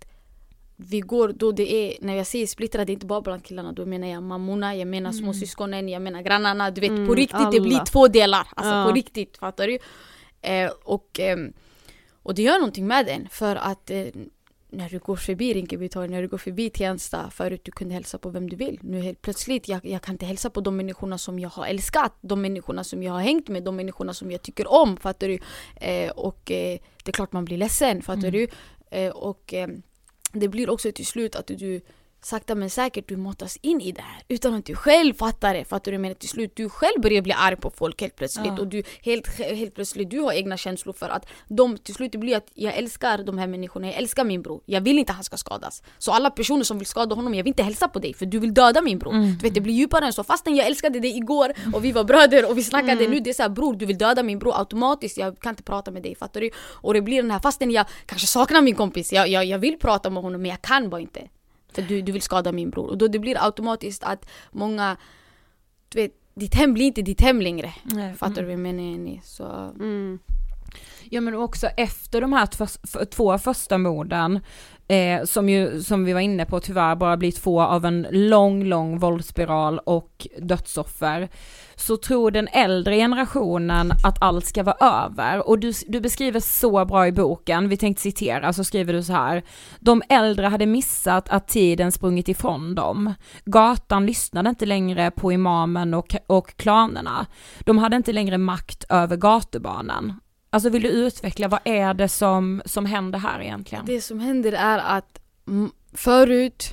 vi går då, det är, när jag säger splittrad, det är inte bara bland killarna, då menar jag mammorna, jag menar mm. småsyskonen, jag menar grannarna, du vet, mm, på riktigt alla. Det blir två delar, alltså ja. På riktigt, fattar du? Eh, och, eh, och det gör någonting med den, för att eh, när du går förbi Rinkeby torg, när du går förbi Tensta, förut du kunde hälsa på vem du vill, nu helt plötsligt, jag, jag kan inte hälsa på de människorna som jag har älskat, de människorna som jag har hängt med, de människorna som jag tycker om, fattar du? Eh, och eh, det är klart man blir ledsen, fattar mm. du? Eh, och eh, det blir också till slut att du sakta men säkert du måtas in i det här utan att du själv fattar det, fattar du? Men till slut du själv börjar bli arg på folk helt plötsligt ja. Och du helt, helt plötsligt du har egna känslor för att de till slut det blir att jag älskar de här människorna, jag älskar min bror, jag vill inte att han ska skadas, så alla personer som vill skada honom, jag vill inte hälsa på dig för du vill döda min bror. Mm. Du vet, det blir djupare än så, fastän jag älskade dig igår och vi var bröder och vi snackade mm. nu, det är så här, bror du vill döda min bror automatiskt, jag kan inte prata med dig, fattar du? Och det blir den här, fastän jag kanske saknar min kompis, jag, jag, jag vill prata med honom men jag kan bara inte. För du, du vill skada min bror. Och då det blir automatiskt att många, du vet, ditt hem blir inte ditt hem längre. Nej. Fattar mm. du vad jag menar? Så. Mm. Ja, men också efter de här tv- två första morden, eh, som ju, som vi var inne på, tyvärr bara blir två av en lång, lång våldsspiral och dödsoffer, så tror den äldre generationen att allt ska vara över. Och du, du beskriver så bra i boken, vi tänkte citera, så skriver du så här: de äldre hade missat att tiden sprungit ifrån dem. Gatan lyssnade inte längre på imamen och, och klanerna. De hade inte längre makt över gatubarnen. Alltså vill du utveckla, vad är det som, som händer här egentligen? Det som händer är att m- förut,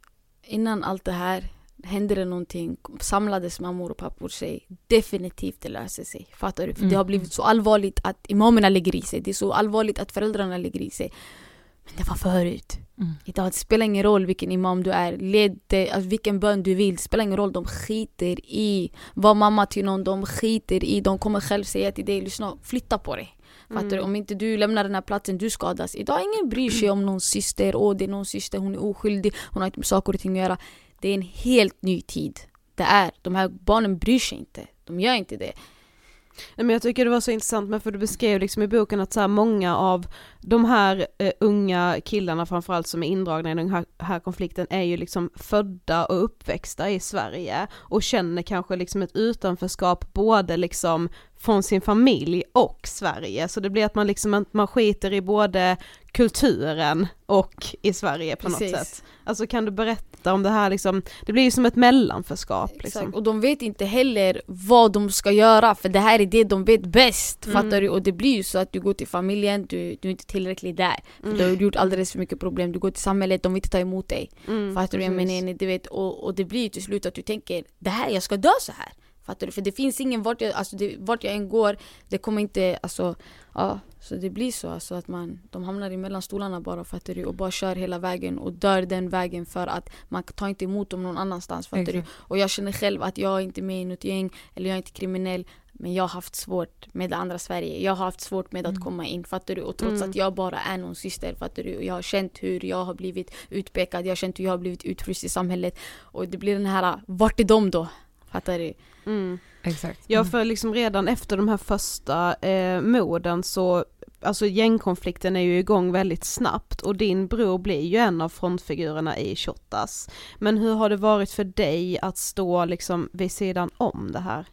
innan allt det här, hände det någonting, samlades mammor och pappor sig, definitivt det löser sig. Fattar du? För mm. det har blivit så allvarligt att imamerna lägger i sig. Det är så allvarligt att föräldrarna lägger i sig. Men det var förut. Mm. Idag det spelar ingen roll vilken imam du är, led, alltså vilken bön du vill, det spelar ingen roll, de skiter i vad mamma till någon, de skiter i, de kommer själv säga till dig, lyssna, flytta på dig. Fattar mm. du? Om inte du lämnar den här platsen, du skadas. Idag ingen bryr sig om någon syster, åh det är någon syster, hon är oskyldig, hon har inte med saker och ting att göra. Det är en helt ny tid. Det är, de här barnen bryr sig inte, de gör inte det. Nej, men jag tycker det var så intressant, med för du beskrev liksom i boken att så här många av de här eh, unga killarna framförallt som är indragna i den här, här konflikten är ju liksom födda och uppväxta i Sverige och känner kanske liksom ett utanförskap både liksom från sin familj och Sverige, så det blir att man liksom man skiter i både kulturen och i Sverige på Precis. Något sätt. Alltså kan du berätta om det här liksom, det blir ju som ett mellanförskap liksom. Exakt. Och de vet inte heller vad de ska göra, för det här är det de vet bäst, mm. fattar du? Och det blir ju så att du går till familjen, du, du är inte tillräckligt där, för mm. du har gjort alldeles för mycket problem, du går till samhället, de vill inte ta emot dig, mm. fattar du? Men, du vet, och, och det blir ju till slut att du tänker, det här, jag ska dö så här. Fattar du? För det finns ingen, vart jag, alltså det, vart jag än går, det kommer inte, alltså, ja, så det blir så, alltså att man, de hamnar i mellan stolarna bara, fattar du? Och bara kör hela vägen och dör den vägen för att man tar inte emot dem någon annanstans, fattar Exakt. Du? Och jag känner själv att jag är inte med i något gäng, eller jag är inte kriminell, men jag har haft svårt med det andra Sverige. Jag har haft svårt med mm. att komma in, fattar du? Och trots mm. att jag bara är någon syster, fattar du? Och jag har känt hur jag har blivit utpekad, jag har känt hur jag har blivit utfryst i samhället. Och det blir den här, vart är de då? Fattar du? Mm. Exakt. Ja, för liksom redan efter de här första eh, morden så, alltså gängkonflikten är ju igång väldigt snabbt och din bror blir ju en av frontfigurerna i Shottaz. Men hur har det varit för dig att stå liksom vid sidan om det här?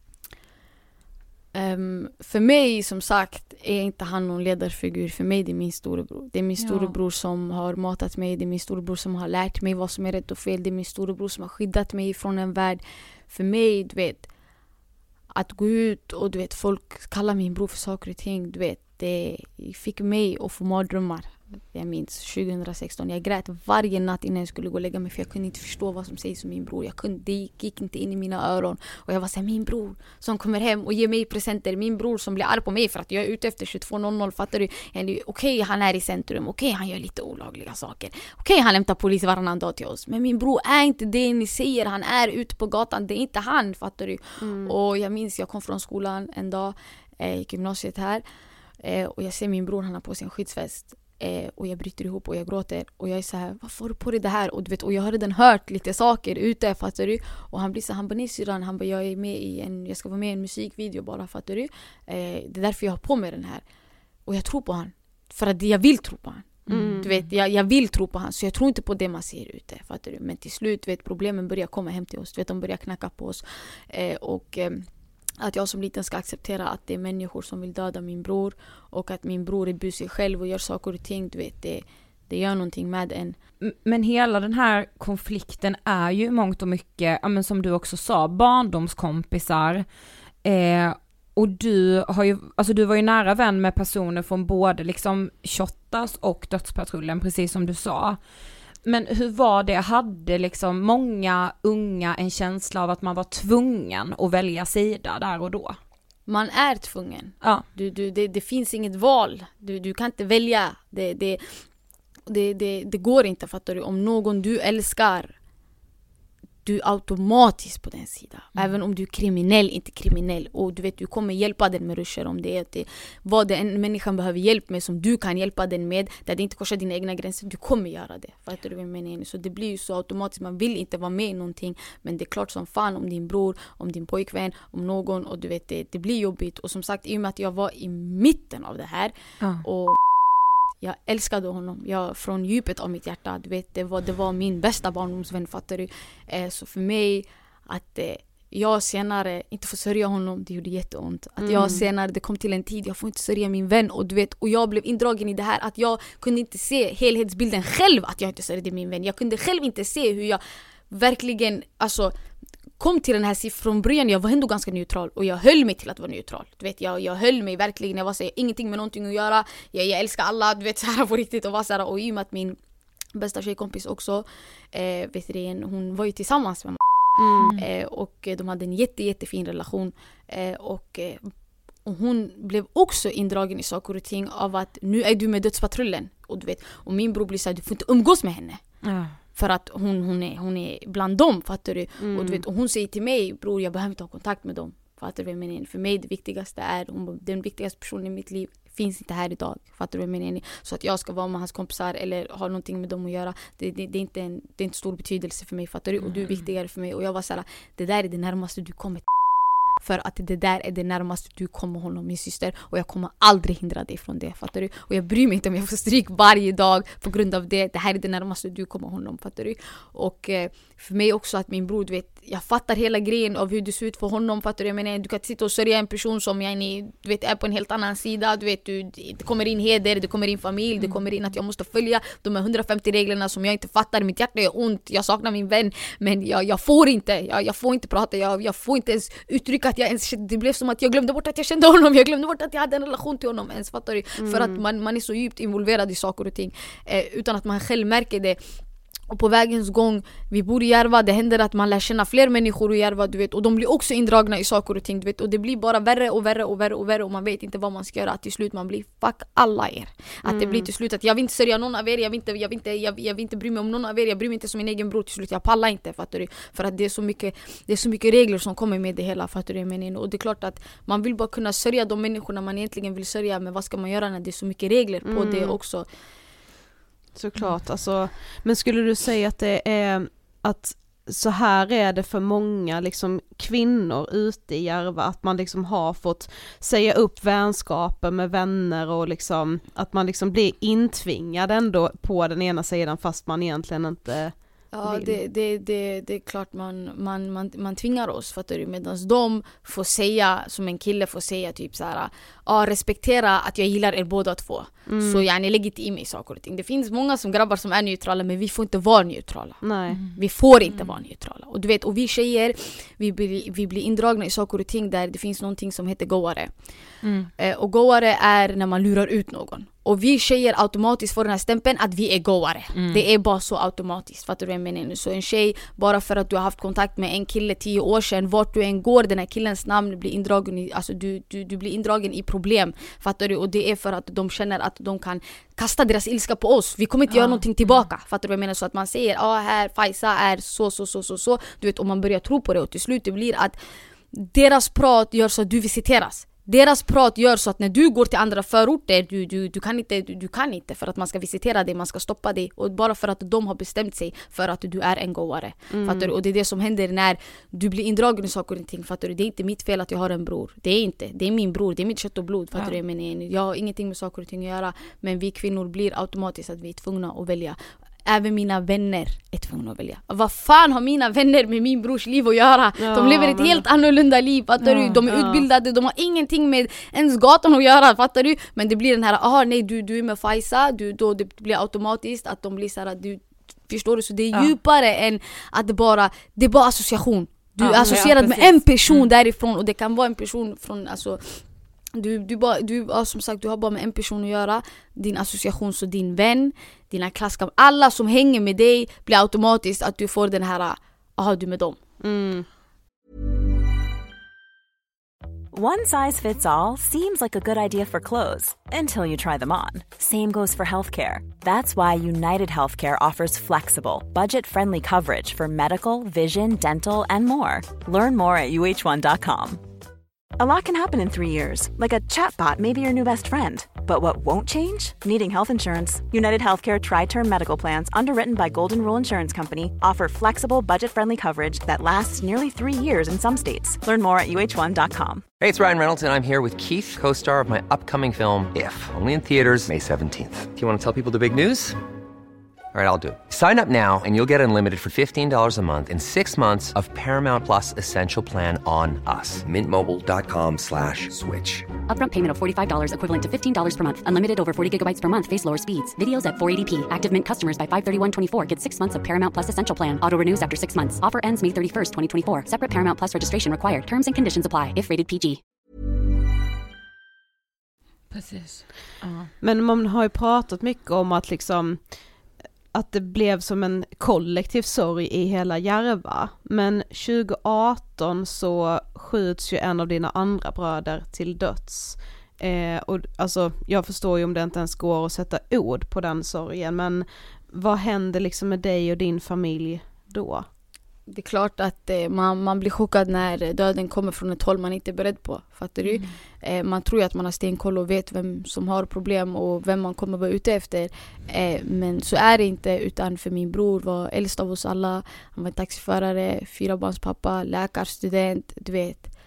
Um, för mig, som sagt, är inte han någon ledarfigur. För mig det är min storebror. Det är min storebror ja. Som har matat mig. Det är min storebror som har lärt mig vad som är rätt och fel. Det är min storebror som har skyddat mig från en värld. För mig, du vet, att gå ut och du vet, folk kallar min bror för saker och ting, du vet, det fick mig att få mardrömmar. Jag minns tjugohundrasexton, jag grät varje natt innan jag skulle gå och lägga mig, för jag kunde inte förstå vad som sägs om min bror. Jag kunde, det gick inte in i mina öron. Och jag var så här, min bror som kommer hem och ger mig presenter, min bror som blir arg på mig för att jag är ute efter tjugotvå noll noll, fattar du? Okej, okay, han är i centrum, okej, okay, han gör lite olagliga saker, okej, okay, han lämnar polis varannan dag till oss, men min bror är inte det ni säger, han är ute på gatan, det är inte han, fattar du? Mm. Och jag minns, jag kom från skolan en dag, eh, gick gymnasiet här, eh, och jag ser min bror, han har på sin skyddsväst. Eh, och jag bryter ihop och jag gråter och jag är så här, varför har du på dig det här? Och du vet, och jag har redan hört lite saker ute, fattar du? Och han blir så, han bara, nej syrran, han bara, jag är med i en, jag ska vara med i en musikvideo bara, fattar du? Eh, det är därför jag har på mig den här. Och jag tror på han, för att jag vill tro på han. Mm. Du vet, jag, jag vill tro på han, så jag tror inte på det man ser ute, fattar du? Men till slut, vet, problemen börjar komma hem till oss, du vet, de börjar knacka på oss. Eh, och eh, att jag som liten ska acceptera att det är människor som vill döda min bror, och att min bror är busig själv och gör saker och ting, du vet, det, det gör någonting med en. Men hela den här konflikten är ju mångt och mycket, ja, men som du också sa, barndomskompisar. Eh, och du har ju, alltså du var ju nära vän med personer från både liksom Shottaz och Dödspatrullen, precis som du sa. Men hur var det? Hade liksom många unga en känsla av att man var tvungen att välja sida där och då? Man är tvungen. Ja. Du, du, det, det finns inget val. Du, du kan inte välja. Det, det, det, det, det går inte, fattar du. Om någon du älskar du är automatiskt på den sidan. Mm. Även om du är kriminell, inte kriminell. Och du vet, du kommer hjälpa den med ruscher om det är det, vad den människan behöver hjälp med som du kan hjälpa den med. Där det inte korsar dina egna gränser, du kommer göra det. Fattar du vad jag menar? Så det blir ju så automatiskt, man vill inte vara med i någonting. Men det är klart som fan om din bror, om din pojkvän, om någon. Och du vet, det, det blir jobbigt. Och som sagt, i och med att jag var i mitten av det här. Ja. Och jag älskade honom. Jag, från djupet av mitt hjärta. Du vet, det var, det var min bästa barndomsvän, fattar du? Eh, så för mig, att eh, jag senare inte får sörja honom, det gjorde jätteont. Att Mm. jag senare, det kom till en tid, jag får inte sörja min vän. Och du vet, och jag blev indragen i det här att jag kunde inte se helhetsbilden själv, att jag inte sörjde min vän. Jag kunde själv inte se hur jag verkligen, alltså, kom till den här siffran från början. Jag var ändå ganska neutral och jag höll mig till att vara neutral. Du vet, jag, jag höll mig verkligen, jag var så här, ingenting med någonting att göra. Jag, jag älskar alla, du vet, så här på riktigt. Och var så här, och i och med att min bästa tjejkompis också, eh, vet du, hon var ju tillsammans med mig. Mm. Eh, och de hade en jätte, jättefin relation. Eh, och, eh, och hon blev också indragen i saker och ting av att nu är du med dödspatrullen. Och du vet, och min bror blir så här, du får inte umgås med henne. Ja. För att hon, hon, är, hon är bland dem, fattar du? Mm. Och, du vet, och hon säger till mig, bror, jag behöver inte ha kontakt med dem. Fattar du vad jag menar? För mig det viktigaste är, hon, den viktigaste personen i mitt liv finns inte här idag. Fattar du vad jag menar? Så att jag ska vara med hans kompisar eller ha någonting med dem att göra, det, det, det, är, inte en, det är inte stor betydelse för mig, fattar du? Och du är viktigare för mig. Och jag var såhär, det där är det närmaste du kommer. För att det där är det närmaste du kommer honom, min syster. Och jag kommer aldrig hindra dig från det, fattar du? Och jag bryr mig inte om jag får stryk varje dag på grund av det. Det här är det närmaste du kommer honom, fattar du? Och eh, för mig också att min bror, du vet, jag fattar hela grejen av hur det ser ut för honom, fattar du? Jag menar, du kan inte sitta och sörja en person som jag du vet, är på en helt annan sida. Du vet, du, det kommer in heder, det kommer in familj, det kommer in att jag måste följa de här hundrafemtio reglerna som jag inte fattar. Mitt hjärta är ont, jag saknar min vän, men jag, jag får inte, jag, jag får inte prata, jag, jag får inte ens uttrycka att jag ens, det blev som att jag glömde bort att jag kände honom, jag glömde bort att jag hade en relation till honom ens, fattar du? Mm. För att man, man är så djupt involverad i saker och ting eh, utan att man själv märker det. Och på vägens gång, vi bor i Järva, det händer att man lär känna fler människor i Järva, du vet, och de blir också indragna i saker och ting, du vet, och det blir bara värre och värre och värre och värre och man vet inte vad man ska göra, att till slut man blir fuck alla er. Att mm. det blir till slut att jag vill inte sörja någon av er, jag vill inte, jag vill inte, jag, jag vill inte bry mig om någon av er, jag bryr mig inte som min egen bror till slut, jag pallar inte, fattar du? För att det är så mycket, det är så mycket regler som kommer med det hela, fattar du? Men, och det är klart att man vill bara kunna sörja de människorna man egentligen vill sörja, men vad ska man göra när det är så mycket regler på mm. det också? Såklart, alltså, men skulle du säga att det är att så här är det för många liksom kvinnor ute i Järva, att man liksom har fått säga upp vänskaper med vänner och liksom att man liksom blir intvingad ändå på den ena sidan fast man egentligen inte Ja, det, det, det, det är klart man, man, man, man tvingar oss, fattar du? Medan de får säga, som en kille får säga typ så här, ja, respektera att jag gillar er båda två. Mm. Så jag lägger inte i mig saker och ting. Det finns många som grabbar som är neutrala, men vi får inte vara neutrala. Nej. Mm. Vi får inte mm. vara neutrala. Och du vet, och vi tjejer, vi blir, vi blir indragna i saker och ting där det finns någonting som heter goare. Mm. Eh, och goare är när man lurar ut någon. Och vi tjejer automatiskt får den här stämpeln att vi är goare. Mm. Det är bara så automatiskt. Fattar du vad jag menar? Så en tjej, bara för att du har haft kontakt med en kille tio år sedan, vart du än går, den här killens namn blir indragen i, alltså du, du, du blir indragen i problem. Fattar du? Och det är för att de känner att de kan kasta deras ilska på oss. Vi kommer inte ja. göra någonting tillbaka. Fattar du vad jag menar? Så att man säger, ja ah, här, Faiza är så, så, så, så, så. Du vet, om man börjar tro på det och till slut det blir att deras prat gör så att du visiteras. Deras prat gör så att när du går till andra förorter, du, du, du, kan inte, du, du kan inte för att man ska visitera dig, man ska stoppa dig. Och bara för att de har bestämt sig för att du är en goare. Mm. Fattar du? Och det är det som händer när du blir indragen i saker och ting. Fattar du? Det är inte mitt fel att jag har en bror. Det är inte. Det är min bror. Det är mitt kött och blod. Fattar ja. du? Men jag har ingenting med saker och ting att göra. Men vi kvinnor blir automatiskt att vi är tvungna att välja. Även mina vänner är tvungna att välja. Vad fan har mina vänner med min brors liv att göra? Ja, de lever ett men... helt annorlunda liv, fattar ja, du? De är ja. utbildade, de har ingenting med ens gatan att göra, fattar du? Men det blir den här, ah nej du, du är med Faiza, du, då det blir automatiskt att de blir så här, du, förstår du? Så det är ja. djupare än att det bara, det är bara association. Du ja, är associerad ja, med en person mm. därifrån och det kan vara en person från, alltså Du, du, bara, du, ja, som sagt, du har bara med en person att göra. Din association, så din vän, dina klasskamrater, alla som hänger med dig blir automatiskt att du får den här, aha, du med dem. Mm. One size fits all seems like a good idea for clothes until you try them on. Same goes for healthcare. That's why United Healthcare offers flexible, budget-friendly coverage for medical, vision, dental, and more. Learn more at U H one dot com. A lot can happen in three years, like a chatbot may be your new best friend. But what won't change? Needing health insurance. United Healthcare Tri-Term Medical Plans, underwritten by Golden Rule Insurance Company, offer flexible, budget-friendly coverage that lasts nearly three years in some states. Learn more at U H one dot com. Hey, it's Ryan Reynolds, and I'm here with Keith, co-star of my upcoming film, If, only in theaters May seventeenth. Do you want to tell people the big news? All right, I'll do it. Sign up now and you'll get unlimited for fifteen dollars a month and six months of Paramount Plus Essential Plan on us. Mint Mobile dot com slash switch. Upfront payment of forty-five dollars equivalent to fifteen dollars per month. Unlimited over forty gigabytes per month. Face lower speeds. Videos at four eighty p. Active Mint customers by five thirty-one twenty-four get six months of Paramount Plus Essential Plan. Auto renews after six months. Offer ends May thirty-first, twenty twenty-four. Separate Paramount Plus registration required. Terms and conditions apply if rated P G. Precis. Uh. Men man har ju pratat mycket om att liksom att det blev som en kollektiv sorg i hela Järva. Men tjugo arton så skjuts ju en av dina andra bröder till döds. Eh, och alltså, jag förstår ju om det inte ens går att sätta ord på den sorgen. Men vad händer liksom med dig och din familj då? Det är klart att eh, man, man blir chockad när döden kommer från ett håll man inte är beredd på. Fattar du? Mm. Eh, man tror ju att man har stenkoll och vet vem som har problem och vem man kommer vara ute efter. Eh, men så är det inte, utan för min bror var äldst av oss alla. Han var taxiförare, fyra barns pappa, läkarstudent, du vet.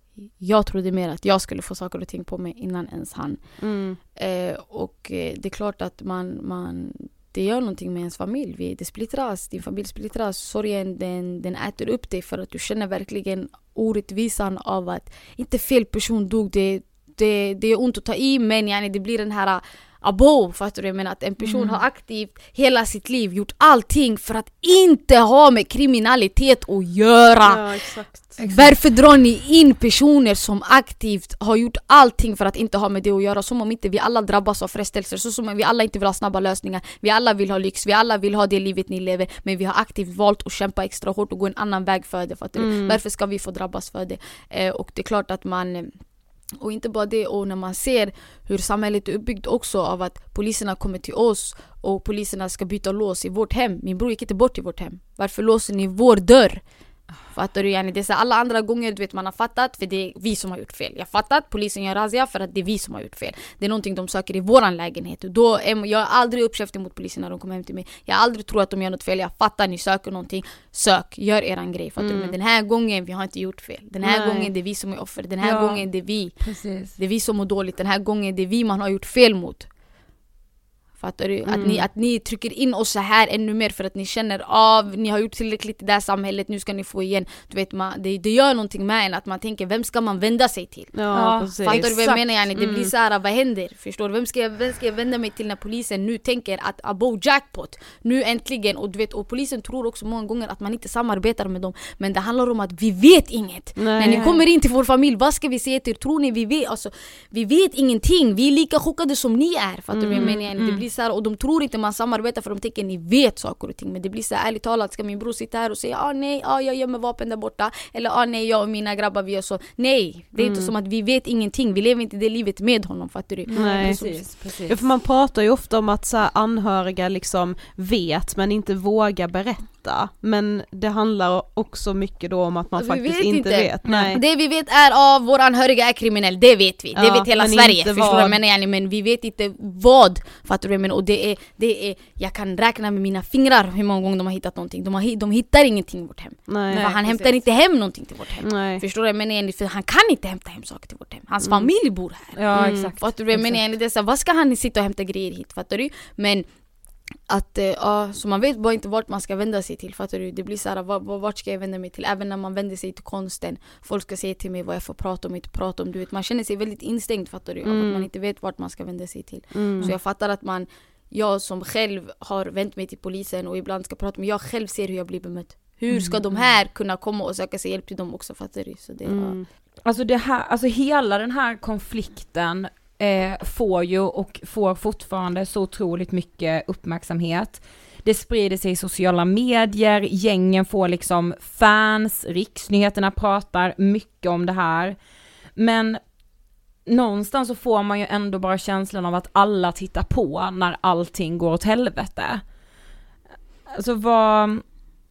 Jag trodde mer att jag skulle få saker och ting på mig innan ens han. Mm. Eh, och eh, det är klart att man... man det gör någonting med ens familj. Vi, det splittras, din familj splittras. Sorgen, den, den äter upp dig för att du känner verkligen orättvisan av att inte fel person dog. Det, det, det är ont att ta i, men yani, det blir den här abo, fattar du? Men att en person mm. har aktivt hela sitt liv gjort allting för att inte ha med kriminalitet att göra. Ja, exakt. Varför drar ni in personer som aktivt har gjort allting för att inte ha med det att göra? Som om inte vi alla drabbas av frestelser. Så som om vi alla inte vill ha snabba lösningar. Vi alla vill ha lyx. Vi alla vill ha det livet ni lever. Men vi har aktivt valt att kämpa extra hårt och gå en annan väg för det. Fattar du? Mm. Varför ska vi få drabbas för det? Eh, och det är klart att man... Och inte bara det, och när man ser hur samhället är uppbyggt också av att poliserna kommer till oss och poliserna ska byta lås i vårt hem. Min bror gick inte bort i vårt hem. Varför låser ni vår dörr? Fattar du? Yani, det är så alla andra gånger du vet, man har fattat för det är vi som har gjort fel. Jag har fattat, polisen gör razzia för att det är vi som har gjort fel. Det är någonting de söker i våran lägenhet. Och då är, jag har aldrig uppkäftat mot polisen när de kommer hem till mig. Jag har aldrig trott att de gör något fel. Jag fattar, ni söker någonting. Sök, gör eran grej. Fattar mm. du? Men den här gången, vi har inte gjort fel. Den här Nej. gången det är vi som är offer. Den här ja. gången det är vi. Precis. Det är vi som mår dåligt. Den här gången det är vi man har gjort fel mot. Fattar du? Mm. Att, ni, att ni trycker in oss så här ännu mer för att ni känner av, ni har gjort tillräckligt i det här samhället, nu ska ni få igen. Du vet, man, det, det gör någonting med en att man tänker, vem ska man vända sig till? Ja, ja, fattar du vad jag menar? Yani? Det mm. blir så här, vad händer? Förstår du? Vem ska, jag, vem ska jag vända mig till när polisen nu tänker att abo jackpot, nu äntligen, och du vet, och polisen tror också många gånger att man inte samarbetar med dem, men det handlar om att vi vet inget. Nej. När ni kommer in till vår familj, vad ska vi säga till er? Tror ni vi vet? Alltså, vi vet ingenting, vi är lika chockade som ni är. Fattar mm. du vad jag menar? Yani? Det blir så här, och de tror inte man samarbetar för de tänker ni vet saker och ting, men det blir så här, ärligt talat, ska min bror sitta här och säga ah nej, ah, jag gömmer vapen där borta, eller ah nej, jag och mina grabbar vi gör så. Nej, det är mm. inte som att vi vet ingenting, vi lever inte det livet med honom, fattar du? Nej, precis, precis. Ja, för man pratar ju ofta om att så här, anhöriga liksom vet men inte vågar berätta, men det handlar också mycket då om att man vi faktiskt vet inte, inte vet. Nej. Det vi vet är att vår anhöriga är kriminell, det vet vi, det ja, vet hela Sverige, förstår du? Men, men vi vet inte vad, fattar du? Men, och det är, det är, jag kan räkna med mina fingrar hur många gånger de har hittat någonting. De, har, de hittar ingenting i vårt hem. Nej, för han precis. hämtar inte hem någonting till vårt hem. Nej. Förstår du? Men för han kan inte hämta hem saker till vårt hem. Hans mm. familj bor här. Ja, mm. exakt. Fattar du? Men det är så, vad ska han sitta och hämta grejer hit? Fattar du? Men att, ja, så man vet bara inte vart man ska vända sig till, fattar du? Det blir så här, vart ska jag vända mig till? Även när man vänder sig till konsten, folk ska säga till mig vad jag får prata om och inte prata om, du vet, man känner sig väldigt instängd, fattar du? Mm. Att man inte vet vart man ska vända sig till. Mm. Så jag fattar att man, jag som själv har vänt mig till polisen och ibland ska prata, men jag själv ser hur jag blir bemött. Hur ska mm. de här kunna komma och söka sig hjälp till dem också, fattar du? Så det, mm. ja. Alltså det här, alltså hela den här konflikten eh, får ju och får fortfarande så otroligt mycket uppmärksamhet. Det sprider sig i sociala medier, gängen får liksom fans, riksnyheterna pratar mycket om det här. Men någonstans så får man ju ändå bara känslan av att alla tittar på när allting går åt helvete. Alltså vad,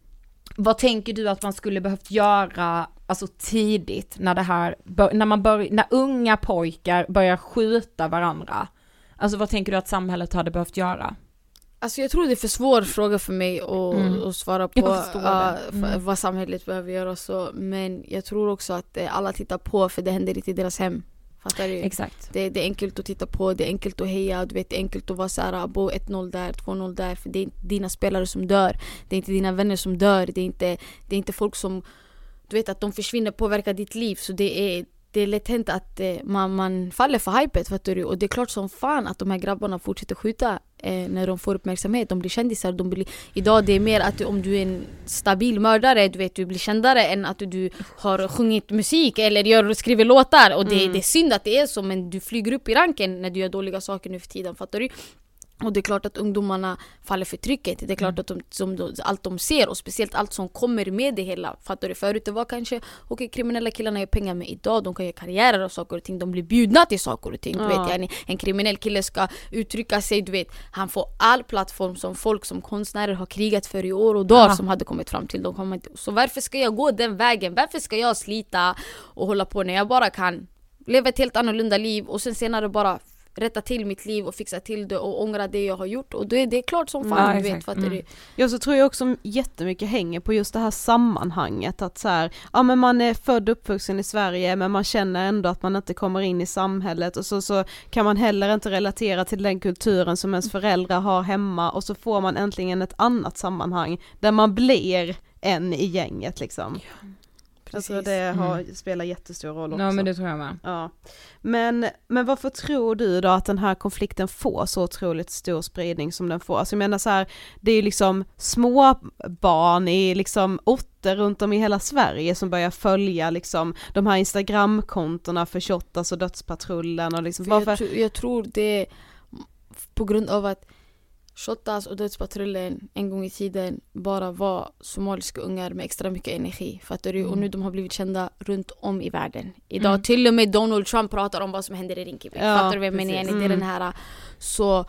vad tänker du att man skulle behövt göra alltså tidigt när det här, när man bör, när unga pojkar börjar skjuta varandra? Alltså vad tänker du att samhället hade behövt göra? Alltså jag tror det är för svår fråga för mig att, mm. att svara på uh, mm. vad samhället behöver göra så. Men jag tror också att uh, alla tittar på för det händer inte i deras hem. Fattar du? Exakt. Det, det är enkelt att titta på, det är enkelt att heja, du vet, det är enkelt att vara så här, bo ett noll där, två noll där, för det är inte dina spelare som dör, det är inte dina vänner som dör, det är inte, det är inte folk som, du vet, att de försvinner påverkar ditt liv, så det är det är lätt hänt att eh, man, man faller för hypet, fattar du? Och det är klart som fan att de här grabbarna fortsätter skjuta eh, när de får uppmärksamhet. De blir kändisar. De blir, idag det är mer att om du är en stabil mördare, du vet, du blir kändare än att du, du har sjungit musik eller gör, skriver låtar. Och det, mm. det är synd att det är så, men du flyger upp i ranken när du gör dåliga saker nu för tiden, fattar du? Och det är klart att ungdomarna faller för trycket. Det är klart att de, som, allt de ser, och speciellt allt som kommer med det hela. Fattar du? Förut det var kanske okej, okay, kriminella killarna gör pengar, med idag de kan göra karriärer och saker och ting. De blir bjudna till saker och ting. Du ja. vet, en, en kriminell kille ska uttrycka sig, du vet. Han får all plattform som folk som konstnärer har krigat för i år och dagar, ja. som hade kommit fram till. De kommer, så varför ska jag gå den vägen? Varför ska jag slita och hålla på när jag bara kan leva ett helt annorlunda liv och sen senare bara rätta till mitt liv och fixa till det och ångra det jag har gjort, och det är, det är klart som fan, ja, du vet, fattar mm. du? Ja, så tror jag också jättemycket hänger på just det här sammanhanget, att så här, ja men man är född och uppvuxen i Sverige men man känner ändå att man inte kommer in i samhället, och så, så kan man heller inte relatera till den kulturen som ens föräldrar har hemma, och så får man äntligen ett annat sammanhang där man blir en i gänget liksom. Ja. Precis. Alltså det har, mm. spelar jättestor roll också. Ja, men det tror jag med. Ja. Men, men varför tror du då att den här konflikten får så otroligt stor spridning som den får? Alltså jag menar så här, det är ju liksom små barn i liksom orter runt om i hela Sverige som börjar följa liksom de här Instagram-kontona för Shottaz och Dödspatrullen och liksom, varför? Jag, tro, jag tror det är på grund av att Shottaz och Dödspatrullen en gång i tiden bara var somaliska ungar med extra mycket energi, fattar du? Mm. Och nu de har blivit kända runt om i världen. Idag mm. till och med Donald Trump pratar om vad som händer i Rinkeby. Ja, fattar du vad jag menar? Mm. Det är den här, så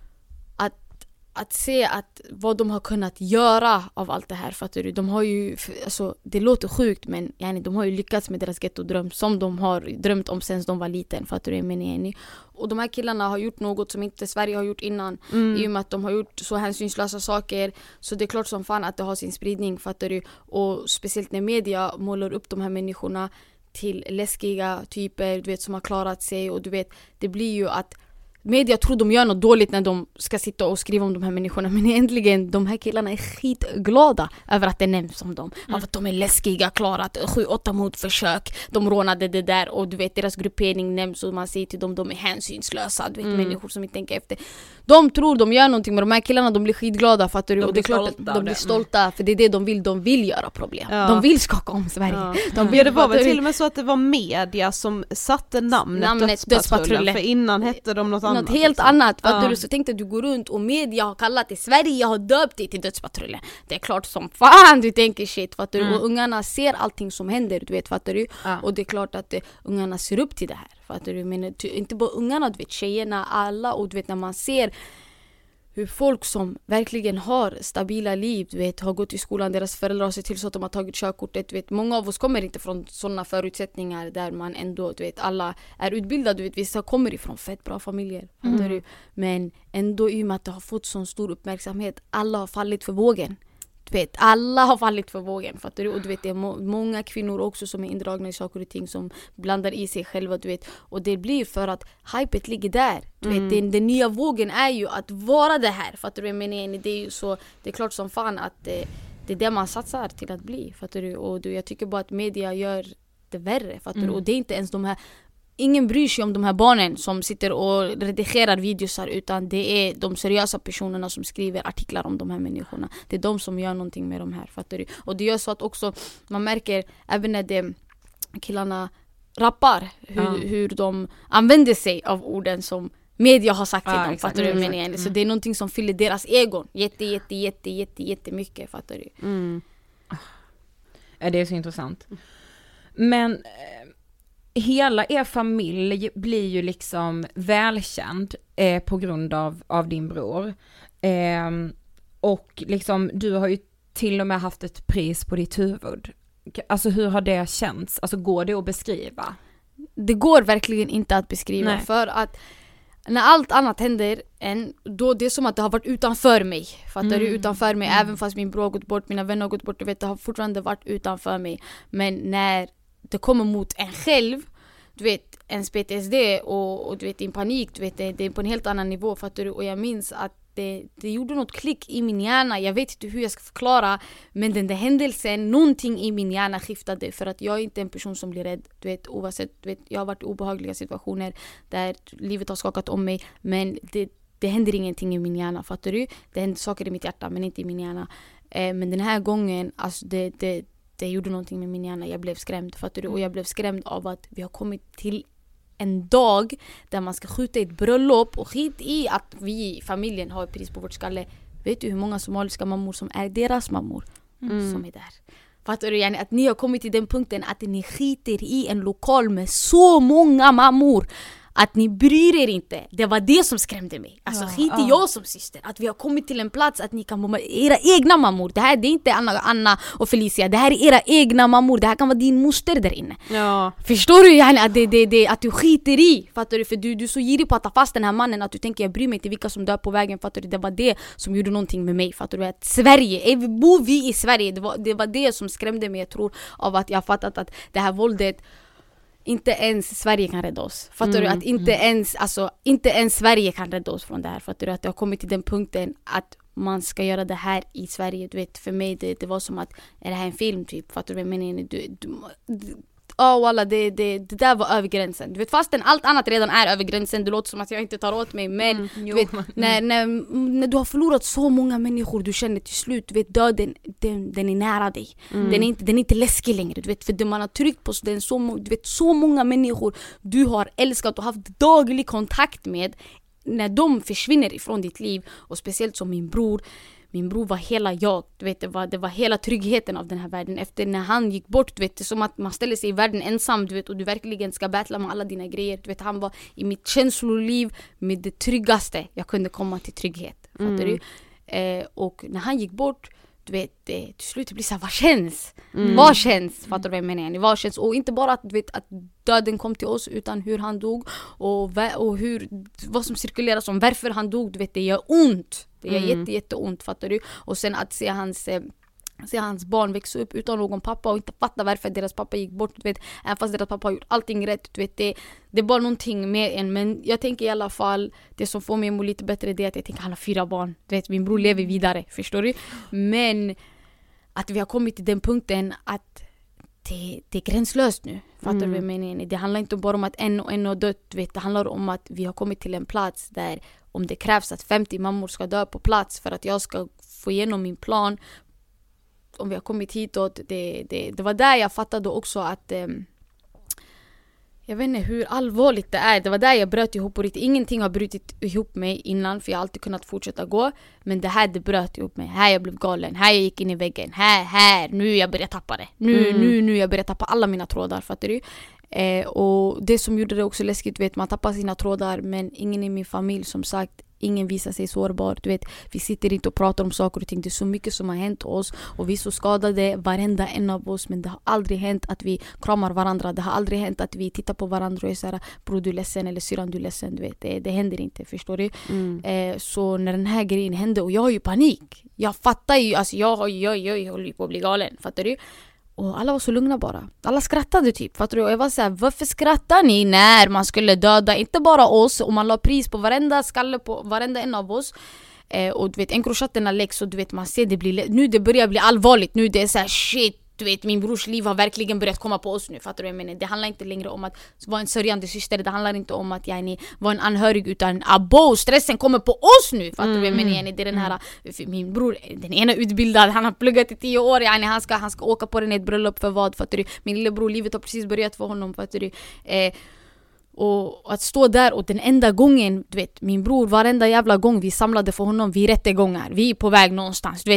att att se att vad de har kunnat göra av allt det här, fattar du? De har ju, alltså det låter sjukt, men yani, de har ju lyckats med deras gettodröm som de har drömt om sen de var liten, fattar du? Men yani, och de här killarna har gjort något som inte Sverige har gjort innan, mm. i och med att de har gjort så hänsynslösa saker, så det är klart som fan att det har sin spridning, fattar du? Och speciellt när media målar upp de här människorna till läskiga typer, du vet, som har klarat sig, och du vet, det blir ju att media tror de gör något dåligt när de ska sitta och skriva om de här människorna, men egentligen de här killarna är skitglada över att det nämns om dem. Mm. Av att de är läskiga, klarat sju åtta motförsök, de rånade det där, och du vet deras gruppering nämns och man säger till dem de är hänsynslösa, du vet, mm. människor som inte tänker efter. De tror de gör någonting, med de här killarna de blir skitglada, fattar du? De och det är klart att de blir stolta, mm. för det är det de vill, de vill göra problem. Ja. De vill skaka om Sverige. Ja. De vill, ja, det var väl till och med så att det var media som satte namnet, namnet Dödspatrullen, Dödspatrullen, för innan hette de något annat. Något helt liksom. annat, för ja. du så tänkte du går runt och media har kallat det Sverige har döpt det till Dödspatrullen. Det är klart som fan du tänker shit, fattar du? Mm. Och ungarna ser allting som händer, du vet, fattar du? Ja. Och det är klart att uh, ungarna ser upp till det här, fattar du? Men ty, inte bara ungarna, du vet, tjejerna, alla, och du vet när man ser hur folk som verkligen har stabila liv, du vet, har gått i skolan, deras föräldrar har sett till så att de har tagit körkortet, du vet, många av oss kommer inte från sådana förutsättningar där man ändå, du vet, alla är utbildade, du vet, vissa kommer ifrån fett bra familjer, mm. du? Men ändå i och med att det har fått sån stor uppmärksamhet, alla har fallit för vågen. Du vet, alla har fallit för vågen, fattar du? Och du vet, det är må- många kvinnor också som är indragna i saker och ting, som blandar i sig själva, du vet. Och det blir för att hypet ligger där. Du mm. vet, den, den nya vågen är ju att vara det här, fattar du? Men det är ju så, det är klart som fan att det, det är det man satsar till att bli, fattar du? Och du, jag tycker bara att media gör det värre, fattar mm. du? Och det är inte ens de här, ingen bryr sig om de här barnen som sitter och redigerar videosar, utan det är de seriösa personerna som skriver artiklar om de här människorna. Det är de som gör någonting med de här, fattar du? Och det gör så att också man märker, även när det, killarna rappar, hur, ja. hur de använder sig av orden som media har sagt till ja, dem, fattar du? Mm. Men, mm. Så det är någonting som fyller deras egon jätte, jätte, jätte, jätte, jättemycket, fattar du? Mm. Ja, det är så intressant. Men hela er familj blir ju liksom välkänd eh, på grund av, av din bror. Eh, och liksom du har ju till och med haft ett pris på ditt huvud. Alltså hur har det känts? Alltså går det att beskriva? Det går verkligen inte att beskriva. Nej. För att när allt annat händer än, då det är som att det har varit utanför mig. Fattar Mm. du? Utanför mig. Mm. Även fast min bror har gått bort, mina vänner har gått bort. Du vet, det har fortfarande varit utanför mig. Men när det kommer mot en själv, du vet, ens P T S D och, och du vet, din panik, du vet, det, det är på en helt annan nivå. Fattar du? Och jag minns att det, det gjorde något klick i min hjärna. Jag vet inte hur jag ska förklara, men den där händelsen, någonting i min hjärna skiftade. För att jag är inte en person som blir rädd. Du vet, oavsett, du vet, jag har varit i obehagliga situationer där livet har skakat om mig. Men det, det händer ingenting i min hjärna, fattar du? Det händer saker i mitt hjärta, men inte i min hjärna. Eh, men den här gången, alltså det, det, det gjorde någonting med min hjärna. Jag blev skrämd, fattar du? Och jag blev skrämd av att vi har kommit till en dag där man ska skjuta ett bröllop, och skit i att vi i familjen har ett pris på vårt skalle. Vet du hur många somaliska mammor som är deras mammor mm. som är där? Fattar du? Yani, att ni har kommit till den punkten att ni skiter i en lokal med så många mammor. Att ni bryr er inte. Det var det som skrämde mig. Alltså ja, skit i ja. jag som syster. Att vi har kommit till en plats att ni kan vara era egna mammor. Det här det är inte Anna, Anna och Felicia. Det här är era egna mammor. Det här kan vara din moster där inne. Ja. Förstår du yani, att, det, det, det, att du skiter i? Fattar du? För du, du är så girig på att ta fast den här mannen att du tänker jag bryr mig inte vilka som dör på vägen. Fattar du? Det var det som gjorde någonting med mig. Fattar du? Att Sverige, är vi, bor vi i Sverige? Det var, det var det som skrämde mig, jag tror, av att jag fattat att det här våldet inte ens Sverige kan rädda oss. Fattar mm, du? Att inte, mm. ens, alltså, inte ens Sverige kan rädda oss från det här. Fattar du? Att det har kommit till den punkten att man ska göra det här i Sverige. Du vet, för mig det, det var som att, är det här en film typ? Fattar du? Men du, du, du oh, walla, det, det, det där var över gränsen. Du vet, fastän allt annat redan är över gränsen. Det låter som att jag inte tar åt mig. Men mm, du jo, vet, man. när, när, när du har förlorat så många människor, du känner till slut, du vet, döden, den, den är nära dig. Mm. Den, är inte, den är inte läskig längre. Du vet, för det man har tryckt på den så, du vet, så många människor du har älskat och haft daglig kontakt med, när de försvinner ifrån ditt liv. Och speciellt som min bror. Min bror var hela jag, du vet, det var, det var hela tryggheten av den här världen. Efter när han gick bort, du vet, det är som att man ställer sig i världen ensam, du vet, och du verkligen ska battla med alla dina grejer. Du vet, han var i mitt känsloliv med det tryggaste jag kunde komma till trygghet. Mm. Fattar du? Eh, och när han gick bort, du vet, det, till slut det blir så här, vad känns? Mm. Vad känns? Fattar du vad jag menar? Vad känns? Och inte bara att, du vet, att döden kom till oss, utan hur han dog och, och hur, vad som cirkulerar som varför han dog, du vet, det gör ont. Det gör mm. jätte, jätte ont, fattar du? Och sen att se hans, eh, se hans barn växa upp utan någon pappa och inte fatta varför deras pappa gick bort, du vet, även fast deras pappa har gjort allting rätt, du vet, det, det är bara någonting med en. Men jag tänker i alla fall, det som får mig att må lite bättre är att jag tänker han har fyra barn, du vet, min bror lever vidare, förstår du? Men att vi har kommit till den punkten att det, det är gränslöst nu, fattar mm. du vad jag menar? Det handlar inte bara om att en och en har dött, du vet, det handlar om att vi har kommit till en plats där om det krävs att femtio mammor ska dö på plats för att jag ska få igenom min plan, om vi har kommit hitåt, det, det, det var där jag fattade också att eh, jag vet inte hur allvarligt det är. Det var där jag bröt ihop, och ingenting har brutit ihop mig innan, för jag har alltid kunnat fortsätta gå, men det här det bröt ihop mig. Här jag blev galen, här jag gick in i väggen, här, här, nu jag börjar tappa det. Nu, mm. nu, nu jag börjar tappa alla mina trådar, fattar du? Eh, och det som gjorde det också läskigt, vet, man tappar sina trådar, men ingen i min familj, som sagt, ingen visar sig sårbar, du vet, vi sitter inte och pratar om saker och ting. Det är så mycket som har hänt oss och vi är så skadade, varenda en av oss, men det har aldrig hänt att vi kramar varandra. Det har aldrig hänt att vi tittar på varandra och är såhär, bror du är ledsen, eller syran du är ledsen, du vet, det, det händer inte, förstår du? Mm. Eh, så när den här grejen hände, och jag har ju panik, jag fattar ju, alltså jag, jag, jag, jag håller ju på att bli galen, fattar du? Och alla var så lugna bara. Alla skrattade typ. Fattar du? Och jag var så här, varför skrattar ni när man skulle döda inte bara oss, och man la pris på varenda skalle på varenda en av oss. Eh, och du vet, Encrochatterna läggs, och du vet, man ser det blir, nu det börjar bli allvarligt. Nu det är så här, shit. Du vet, min brors liv har verkligen börjat komma på oss nu. Fattar du vad jag menar? Det handlar inte längre om att vara en sörjande syster. Det handlar inte om att yani, vara en anhörig, utan abo, stressen kommer på oss nu. Fattar du mm. vad jag menar? Yani, det är den här, min bror, den ena utbildad, han har pluggat i tio år. Yani, han, ska, han ska åka på den ett bröllop för vad? Fattar du? Min lillebror, livet har precis börjat för honom. Fattar du? Eh, Och att stå där, och den enda gången, du vet, min bror, varenda jävla gång vi samlade för honom vid rättegångar, vi är på väg någonstans, du vet, det har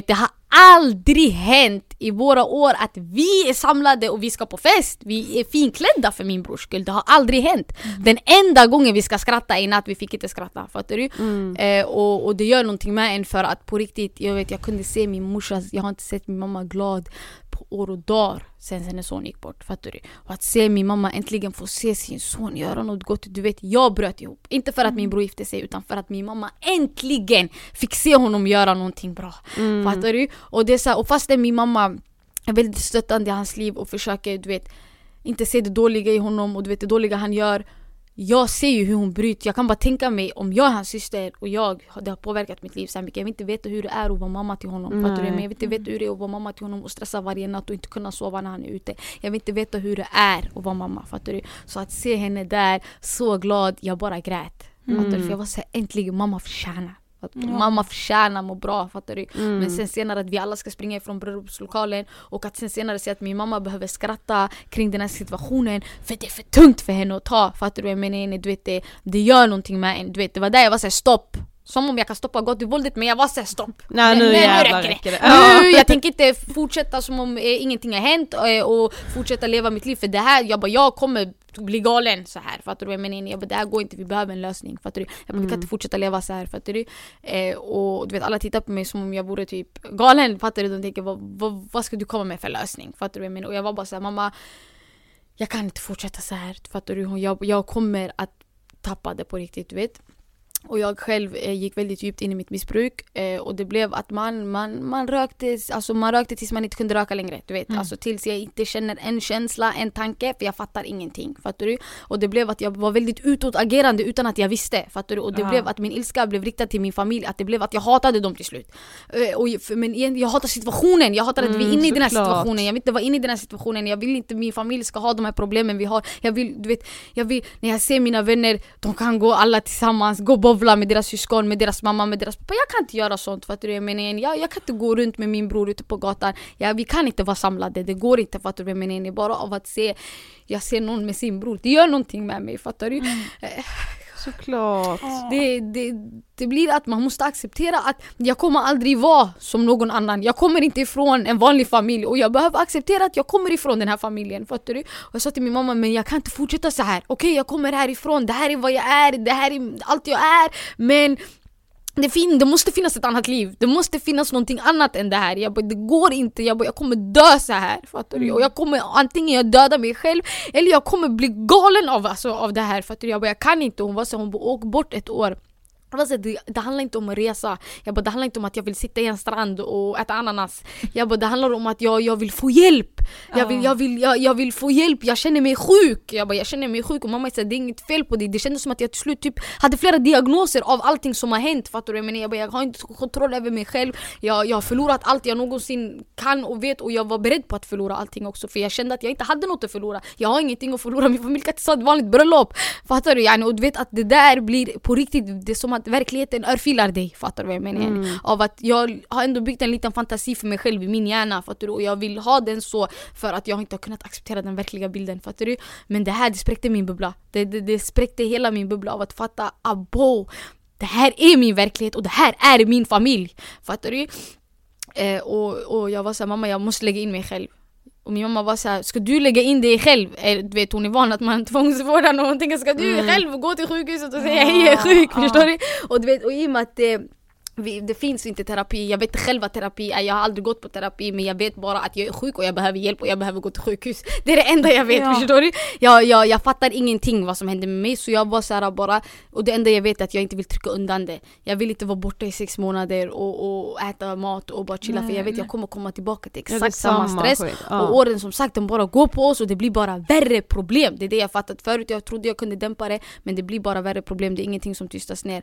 aldrig hänt i våra år att vi är samlade och vi ska på fest. Vi är finklädda för min brors skull. Det har aldrig hänt. Mm. Den enda gången vi ska skratta är att vi fick inte skratta. Fattar du? Mm. Eh, och, och det gör någonting med en för att på riktigt, jag vet, jag kunde se min morsa, jag har inte sett min mamma glad på år och dagar sen hennes son gick bort. Fattar du? Och att se min mamma äntligen få se sin son göra något gott. Du vet, jag bröt ihop. Inte för att min bror gifte sig, utan för att min mamma äntligen fick se honom göra någonting bra. Mm. Fattar du? Och, det är så här, och fast min mamma är väldigt stöttande i hans liv och försöker, du vet, inte se det dåliga i honom och du vet det dåliga han gör. Jag ser ju hur hon bryter. Jag kan bara tänka mig om jag är hans syster och jag, det har påverkat mitt liv så mycket. Jag vill inte veta hur det är att vara mamma till honom. Fattar du? Men jag vill inte veta hur det är att vara mamma till honom och stressa varje natt och inte kunna sova när han är ute. Jag vill inte veta hur det är att vara mamma. Fattar du? Så att se henne där så glad, jag bara grät. Mm. Fattar du? För jag var så här, äntligen mamma förtjänar. Mm. Mamma förtjänar må bra, fattar du? Mm. Men sen senare att vi alla ska springa ifrån bröllopslokalen och att sen senare säga att min mamma behöver skratta kring den här situationen för det är för tungt för henne att ta, fattar du? Jag menar, du vet, det, det gör någonting med en, du vet, det var där jag var såhär, stopp. Som om jag kan stoppa gott i våldet, men jag var såhär, stopp. Nej, nu, nu jävlar räcker det. räcker det. Ja. Nu, jag tänker inte fortsätta som om eh, ingenting har hänt eh, och fortsätta leva mitt liv för det här, jag bara, jag kommer bli galen så här, fattar du? Jag menar, jag bara, det här går inte, vi behöver en lösning, fattar du? Jag bara, vi kan inte fortsätta leva så här, fattar du? Eh, och du vet, alla tittar på mig som om jag vore typ galen, fattar du? De tänker, vad, vad, vad ska du komma med för lösning, fattar du? Jag menar, och jag var bara så här, mamma, jag kan inte fortsätta så här, fattar du? Jag, jag kommer att tappa det på riktigt, du vet. Och jag själv eh, gick väldigt djupt in i mitt missbruk eh, och det blev att man, man, man rökte, alltså man rökte tills man inte kunde röka längre, du vet. Mm. Alltså tills jag inte känner en känsla, en tanke, för jag fattar ingenting, fattar du? Och det blev att jag var väldigt utåtagerande utan att jag visste, fattar du? Och det ja. blev att min ilska blev riktad till min familj, att det blev att jag hatade dem till slut. Eh, och, för, men igen, jag hatar situationen, jag hatar att mm, vi är inne i den här klart. situationen, jag vill inte vara inne i den här situationen, jag vill inte min familj ska ha de här problemen vi har. Jag vill, du vet, jag vill, när jag ser mina vänner, de kan gå alla tillsammans, gå bovla med deras syskon, med deras mamma, med deras pappa. Jag kan inte göra sånt, fattar du? Jag menar, jag, jag kan inte gå runt med min bror ute på gatan. Ja, vi kan inte vara samlade, det går inte, fattar du? Jag menar, bara av att se, jag ser någon med sin bror, det gör någonting med mig, fattar du? Mm. Såklart. Det, det, det blir att man måste acceptera att jag kommer aldrig vara som någon annan. Jag kommer inte ifrån en vanlig familj och jag behöver acceptera att jag kommer ifrån den här familjen, fattar du? Och jag sa till min mamma, men jag kan inte fortsätta så här. Okej, jag kommer härifrån, det här är vad jag är, det här är allt jag är, men Det, fin- det måste finnas ett annat liv. Det måste finnas någonting annat än det här. Jag bara, det går inte. Jag bara, jag kommer dö så här. Fattar du? Och jag kommer antingen jag döda mig själv eller jag kommer bli galen av, alltså, av det här. Fattar du? Jag bara, jag kan inte. Hon var så, hon bara, åk bort ett år. Alltså, det, det handlar inte om att resa. Jag bara, det handlar inte om att jag vill sitta i en strand och äta ananas. Jag bara, det handlar om att jag, jag vill få hjälp. Jag vill, jag, vill, jag, jag vill få hjälp. Jag känner mig sjuk. Jag bara, jag känner mig sjuk. Och mamma sa, det är inget fel på dig. Det kändes som att jag till slut typ hade flera diagnoser av allting som har hänt. Fattar du? Men jag bara, jag har inte kontroll över mig själv. Jag, jag har förlorat allt jag någonsin kan och vet. Och jag var beredd på att förlora allting också. För jag kände att jag inte hade något att förlora. Jag har ingenting att förlora. Min familj kan inte säga ett vanligt bröllop. Fattar du? Yani, och du vet att det där blir på riktigt. Det är som att verkligheten örfilar dig. Fattar du vad jag menar? Mm. Av att jag har ändå byggt en liten fantasi för mig själv i min hjärna. Fattar du? Och jag vill ha den så för att jag inte har kunnat acceptera den verkliga bilden. Fattar du? Men det här, det spräckte min bubbla. Det, det, det spräckte hela min bubbla av att fatta, abo, det här är min verklighet och det här är min familj. Fattar du? Eh, och, och jag var så här, mamma, jag måste lägga in mig själv. Och min mamma var så här, ska du lägga in dig själv? Eh, du vet, hon är van att man tvångsvårdar någonting. Ska du mm. själv gå till sjukhuset och säga hej, jag är sjuk? Ah. Förstår du? Och du vet, och i och med att det, vi, det finns inte terapi. Jag vet själv vad terapi är. Jag har aldrig gått på terapi, men jag vet bara att jag är sjuk och jag behöver hjälp och jag behöver gå till sjukhus. Det är det enda jag vet, ja. Förstår du? Jag, jag, jag fattar ingenting vad som händer med mig. Så jag var så här bara, och det enda jag vet är att jag inte vill trycka undan det. Jag vill inte vara borta i sex månader och, och äta mat och bara chilla. Nej, för jag vet att jag kommer komma tillbaka till exakt samma, samma stress. Ja. Och åren som sagt, de bara går på oss och det blir bara värre problem. Det är det jag fattat förut. Jag trodde jag kunde dämpa det, men det blir bara värre problem. Det är ingenting som tystas ner.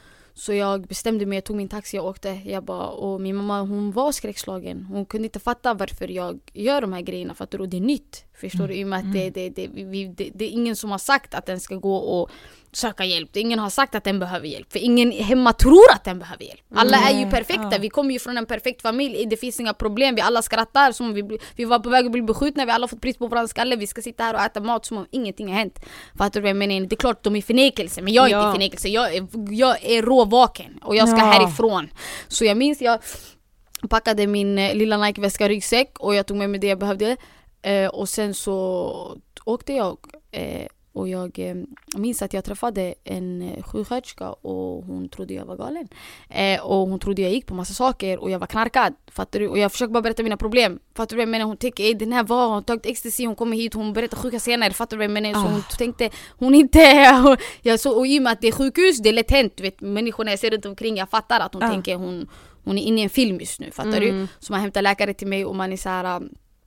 Så jag bestämde mig, jag tog min taxi och åkte. Jag bara, och min mamma, hon var skräckslagen. Hon kunde inte fatta varför jag gör de här grejerna. För att det är nytt. Förstår mm. du? I och med att det, det, det, vi, det, det är ingen som har sagt att den ska gå och söka hjälp. Det är ingen har sagt att den behöver hjälp. För ingen hemma tror att den behöver hjälp. Alla mm. är ju perfekta. Ja. Vi kommer ju från en perfekt familj. Det finns inga problem. Vi alla skrattar som vi, vi var på väg att bli beskjutna. Vi alla har fått pris på våran skalle. Vi ska sitta här och äta mat som om ingenting har hänt. Fattar du vad jag menar? Det är klart de är förnekelse. Men jag är ja. inte förnekelse. Jag är, jag är råvaken. Och jag ska ja. härifrån. Så jag minns jag packade min eh, lilla Nike-väska, ryggsäck, och jag tog med mig det jag behövde. Eh, och sen så åkte jag eh, och jag eh, minns att jag träffade en eh, sjuksköterska och hon trodde jag var galen. Eh, och hon trodde jag gick på massa saker och jag var knarkad. Fattar du? Och jag försökte bara berätta mina problem. Fattar du vad jag menar? Hon tycker, ej, den här var, hon har tagit ecstasy, hon kommer hit, hon berättar sjuka scener. Fattar du vad jag menar? Så hon tänkte, hon inte... jag så, och i och med att det är sjukhus, det är lätt hänt. Vet, människorna jag ser runt omkring, jag fattar att hon ah. tänker, hon, hon är inne i en film just nu. Fattar mm. du? Så man hämtar läkare till mig och man är så här...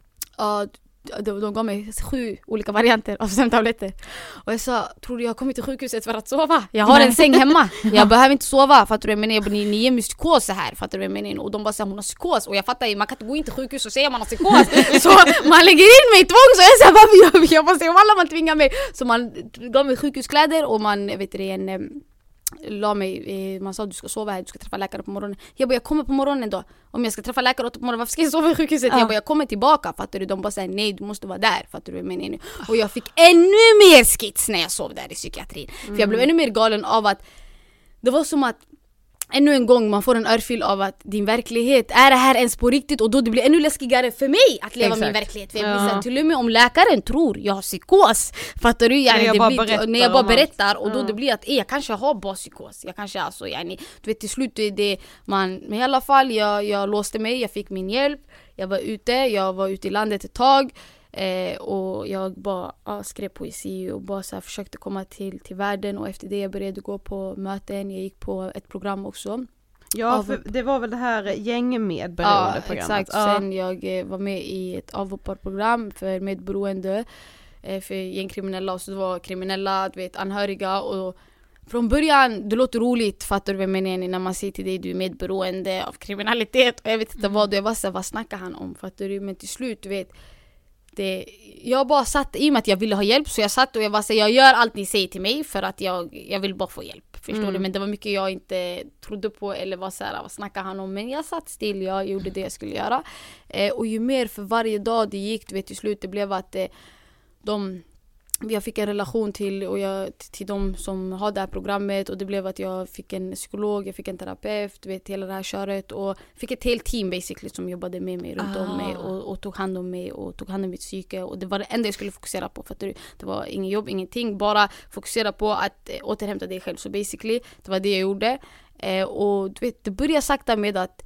Uh, De, de gav mig sju olika varianter av sömntabletter. Och jag sa, tror du jag har kommit till sjukhuset för att sova? Jag har en säng hemma. Jag behöver inte sova. Fattar du? Men jag, ni, ni ger mig psykos här. Fattar du? Men, och de bara säger hon har psykos. Och jag fattar, man kan inte gå in till sjukhus och säga man har psykos. Så man lägger in mig i tvång. Så jag säger, varför gör vi? Jag bara säger, alla man tvingar mig. Så man gav mig sjukhuskläder och man, vet du, en... la mig, man sa du ska sova här, du ska träffa läkare på morgonen. Jag bara, jag kommer på morgonen då. Om jag ska träffa läkare på morgonen, varför ska jag sova i sjukhuset? Ja. Jag bara, jag kommer tillbaka, fattar du? De bara säger, nej du måste vara där, fattar du? Men, och jag fick ännu mer skits när jag sov där i psykiatrin. Mm. För jag blev ännu mer galen av att det var som att ännu en gång man får en örfil av att din verklighet, är det här ens på riktigt? Och då det blir ännu läskigare för mig att leva Exakt. Min verklighet. För jag blir ja. Till och med om läkaren tror jag har psykos. Fattar du? Yani, när jag bara, blir, berättar, när jag bara berättar och då ja. Det blir att jag kanske har bara psykos. Jag kanske alltså, yani, du vet till slut är det man, men i alla fall jag, jag låste mig, jag fick min hjälp. Jag var ute, jag var ute i landet ett tag. Eh, och jag bara ah, skrev poesi och bara så här, försökte komma till, till världen. Och efter det jag började gå på möten. Jag gick på ett program också. Ja, för det var väl det här gängmedberoende ja, programmet. Exakt, ja. Sen jag eh, var med i ett avhopparprogram för medberoende eh, för gängkriminella. Och så det var kriminella, du vet, anhöriga. Och från början, det låter roligt, fattar du vad jag menar, när man säger till dig du är medberoende av kriminalitet. Och jag vet inte mm. vad, jag var så här, vad snackar han om, fattar du? Men till slut, du vet, det, jag bara satt, i och med att jag ville ha hjälp, så jag satt och jag bara säger, jag gör allt ni säger till mig för att jag, jag vill bara få hjälp, förstår mm. du? Men det var mycket jag inte trodde på eller var så här, vad snackar han om? Men jag satt still, jag gjorde det jag skulle göra. Eh, och ju mer för varje dag det gick, du vet, till slut det blev att eh, de... jag fick en relation till, och jag, till de som har det här programmet, och det blev att jag fick en psykolog, jag fick en terapeut, vet, hela det här köret, och fick ett helt team basically som jobbade med mig, runt ah. om mig och, och tog hand om mig och tog hand om mitt psyke, och det var det enda jag skulle fokusera på, för att det, det var ingen jobb, ingenting, bara fokusera på att eh, återhämta dig själv, så basically det var det jag gjorde. Eh, och du vet, det började sakta med att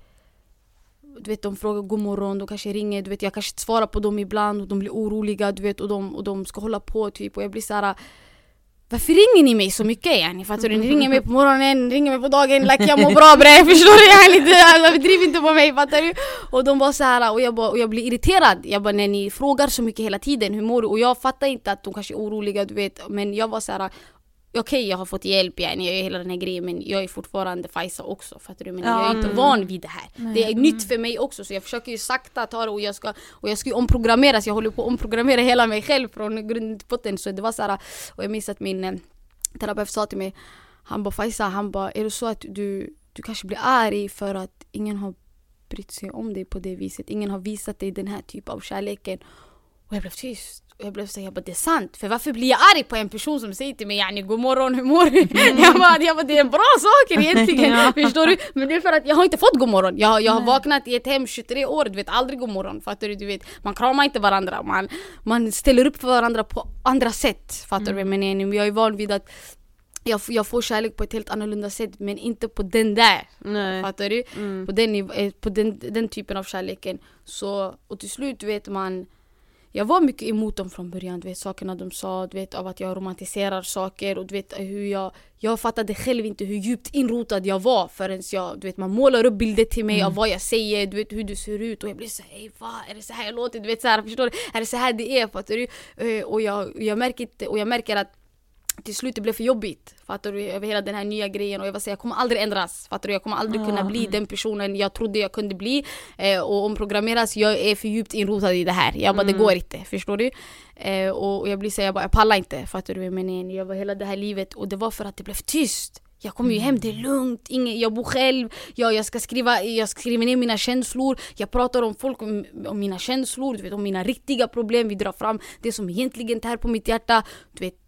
du vet, de frågar god morgon, de kanske ringer, du vet, jag kanske svarar på dem ibland och de blir oroliga, du vet, och de, och de ska hålla på typ, och jag blir så här: varför ringer ni mig så mycket? Yani? Fattar du? Ni ringer mig på morgonen, ringer mig på dagen, like jag mår bra bre, förstår du? Yani, driv inte på mig, fattar du? Och de var så här, och jag, bara, och jag blir irriterad. Jag bara, när ni frågar så mycket hela tiden, hur mår du? Och jag fattar inte att de kanske är oroliga, du vet, men jag var så här: okej, okay, jag har fått hjälp, yani, jag gör hela den här grejen, men jag är fortfarande fajsa också, fattar du? Men ja, jag är inte mm. van vid det här. Nej. Det är mm. nytt för mig också, så jag försöker ju sakta ta det, och jag ska, och jag ska ju omprogrammeras. Jag håller på att omprogrammera hela mig själv från grunden till botten. Så det var så här, och jag minns att min eh, terapeut sa till mig, han bara, Fajsa, han bara, är det så att du, du kanske blir arg för att ingen har brytt sig om dig på det viset? Ingen har visat dig den här typen av kärleken. Och jag blev tyst. Och jag blev så här, jag bara, det är sant. För varför blir jag arg på en person som säger till mig, yani, god morgon, hur mår du? Mm. Jag, bara, jag bara, det är en bra saker egentligen, ja. Förstår du? Men det är för att jag har inte fått god morgon. Jag, jag har Nej. vaknat i ett hem tjugotre år, du vet, aldrig god morgon. Fattar du? Du vet, man kramar inte varandra. Man, man ställer upp för varandra på andra sätt. Fattar mm. du? Men jag är van vid att jag, jag får kärlek på ett helt annorlunda sätt, men inte på den där. Nej. Fattar du? Mm. På, den, på den, den typen av kärleken. Så, och till slut vet man, jag var mycket emot dem från början, du vet, sakerna de sa, du vet, av att jag romantiserar saker, och du vet hur jag jag fattade själv inte hur djupt inrotad jag var förrän jag, du vet, man målar upp bilder till mig mm. av vad jag säger, du vet hur du ser ut, och jag blir så här, vad är det så här jag låter, du vet, så här, förstår du? Är det så här det är, fattar du? Och jag jag märker och jag märker att till slut det blev för jobbigt, fattar du, över hela den här nya grejen, och jag vill säga, jag kommer aldrig ändras, fattar du, jag kommer aldrig kunna bli den personen jag trodde jag kunde bli, eh, och omprogrammeras, jag är för djupt inrotad i det här, jag bara, mm. det går inte, förstår du, eh, och, och jag blir så jag bara, jag pallar inte, fattar du, men jag var hela det här livet, och det var för att det blev tyst. Jag kommer ju hem, det är lugnt, ingen, jag bor själv, jag, jag, ska skriva, jag skriver ner mina känslor, jag pratar om folk, om, om mina känslor, du vet, om mina riktiga problem, vi drar fram det som egentligen tär på mitt hjärta, du vet,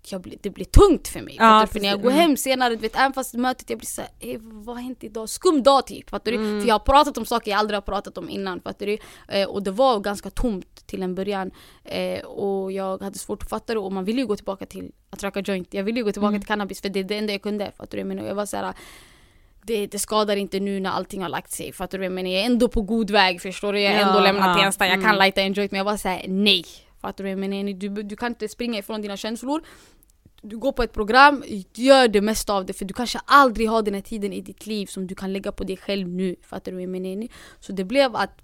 jag blir, det blir tungt för mig. Ja, för när jag går hem senare, du vet, även fast mötet jag blir så här, vad har hänt idag? Skum dag typ, fattar du? Mm. För jag har pratat om saker jag aldrig har pratat om innan, fattar du? Eh, och det var ganska tomt till en början. Eh, och jag hade svårt att fatta det, och man ville ju gå tillbaka till att röka joint. Jag ville ju gå tillbaka mm. till cannabis, för det är det enda jag kunde, fattar du? Men jag var så här, det, det skadar inte nu när allting har lagt sig, fattar du? Men jag är ändå på god väg, förstår du? Jag är ändå ja, lämnat till Tensta, jag mm. kan lighta en joint, men jag var så här, nej. Fattar du? Men du, du kan inte springa ifrån dina känslor. Du går på ett program, gör det mesta av det, för du kanske aldrig har den här tiden i ditt liv som du kan lägga på dig själv nu. Fattar du? Men så det blev att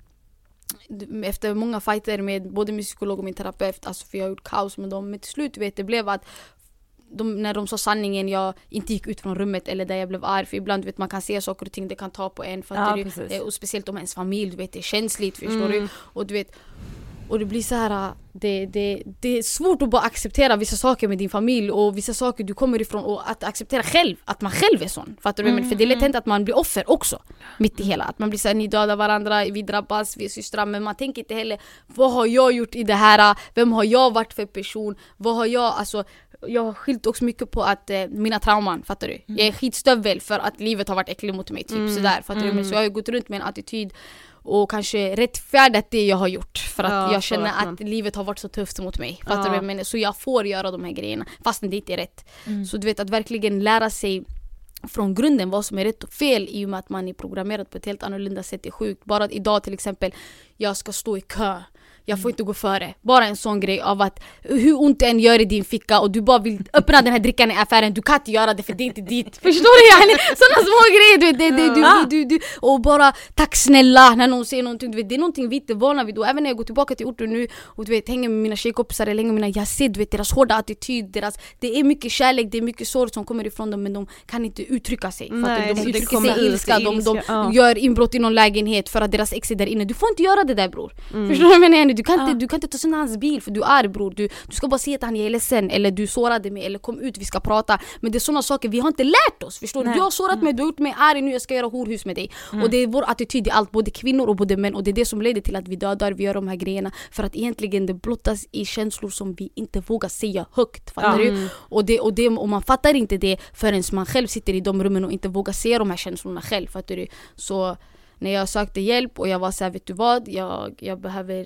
efter många fighter med både min psykolog och min terapeut, alltså för jag har gjort kaos med dem, men till slut vet det blev att de, när de sa sanningen, jag inte gick ut från rummet eller där jag blev arg, för ibland vet man kan se saker och ting, det kan ta på en, fattar ja, du? Och speciellt om ens familj, du vet, det är känsligt, förstår mm. du? Och du vet, och det blir så här, det, det, det är svårt att bara acceptera vissa saker med din familj och vissa saker du kommer ifrån, och att acceptera själv, att man själv är sån. Fattar du? Mm. För det är lätt hänt att man blir offer också, mitt i hela. Att man blir så här, ni dödar varandra, vi drabbas, vi är systrar, men man tänker inte heller, vad har jag gjort i det här? Vem har jag varit för person? Vad har jag, alltså, jag har skilt också mycket på att eh, mina trauman, fattar du? Mm. Jag är skitstövel för att livet har varit äckligt mot mig, typ mm. sådär, fattar mm. du? Men så jag har gått runt med en attityd och kanske rättfärdigt det jag har gjort, för att ja, jag känner att man. livet har varit så tufft mot mig, fattar ja. du? Men så jag får göra de här grejerna fast det inte är rätt. Mm. Så du vet, att verkligen lära sig från grunden vad som är rätt och fel, i och med att man är programmerad på ett helt annorlunda sätt, är sjukt. Bara att idag till exempel jag ska stå i kö, jag får inte gå före. Bara en sån grej av att hur ont det än gör i din ficka och du bara vill öppna den här drickan i affären, du kan inte göra det för det är inte dit. Förstår du? Yani? Såna små grejer, du vet, det, det, du, du, du, du, och bara tack snälla när någon säger någonting, du vet, det är någonting vi inte är vana vid. Och även när jag går tillbaka till orten nu och du vet, hänger med mina tjejkompisar eller hänger med mina, jag ser, du vet, deras hårda attityd, deras, det är mycket kärlek, det är mycket sorg som kommer ifrån dem, men de kan inte uttrycka sig. Nej, de uttrycker sig ilska, de, de ja. gör inbrott i någon lägenhet för att deras ex är där inne. Du får inte göra det där, bror. Mm. Förstår du? Men du kan inte, du kan inte ta sönder hans bil för du är bror. Du, du ska bara säga att han är ledsen, eller du sårade mig, eller kom ut, vi ska prata. Men det är sådana saker vi har inte lärt oss. Förstår du? Du har sårat mm. mig, du har gjort mig arg, nu jag ska göra horhus med dig. Mm. Och det är vår attityd i allt, både kvinnor och både män. Och det är det som leder till att vi dödar, vi gör de här grejerna. För att egentligen det blottas i känslor som vi inte vågar säga högt. Fattar mm. du? Och, det, och, det, och man fattar inte det förrän man själv sitter i de rummen och inte vågar se de här känslorna själv. Fattar du? Så när jag sökte hjälp och jag var så här, vet du vad? Jag, jag behöver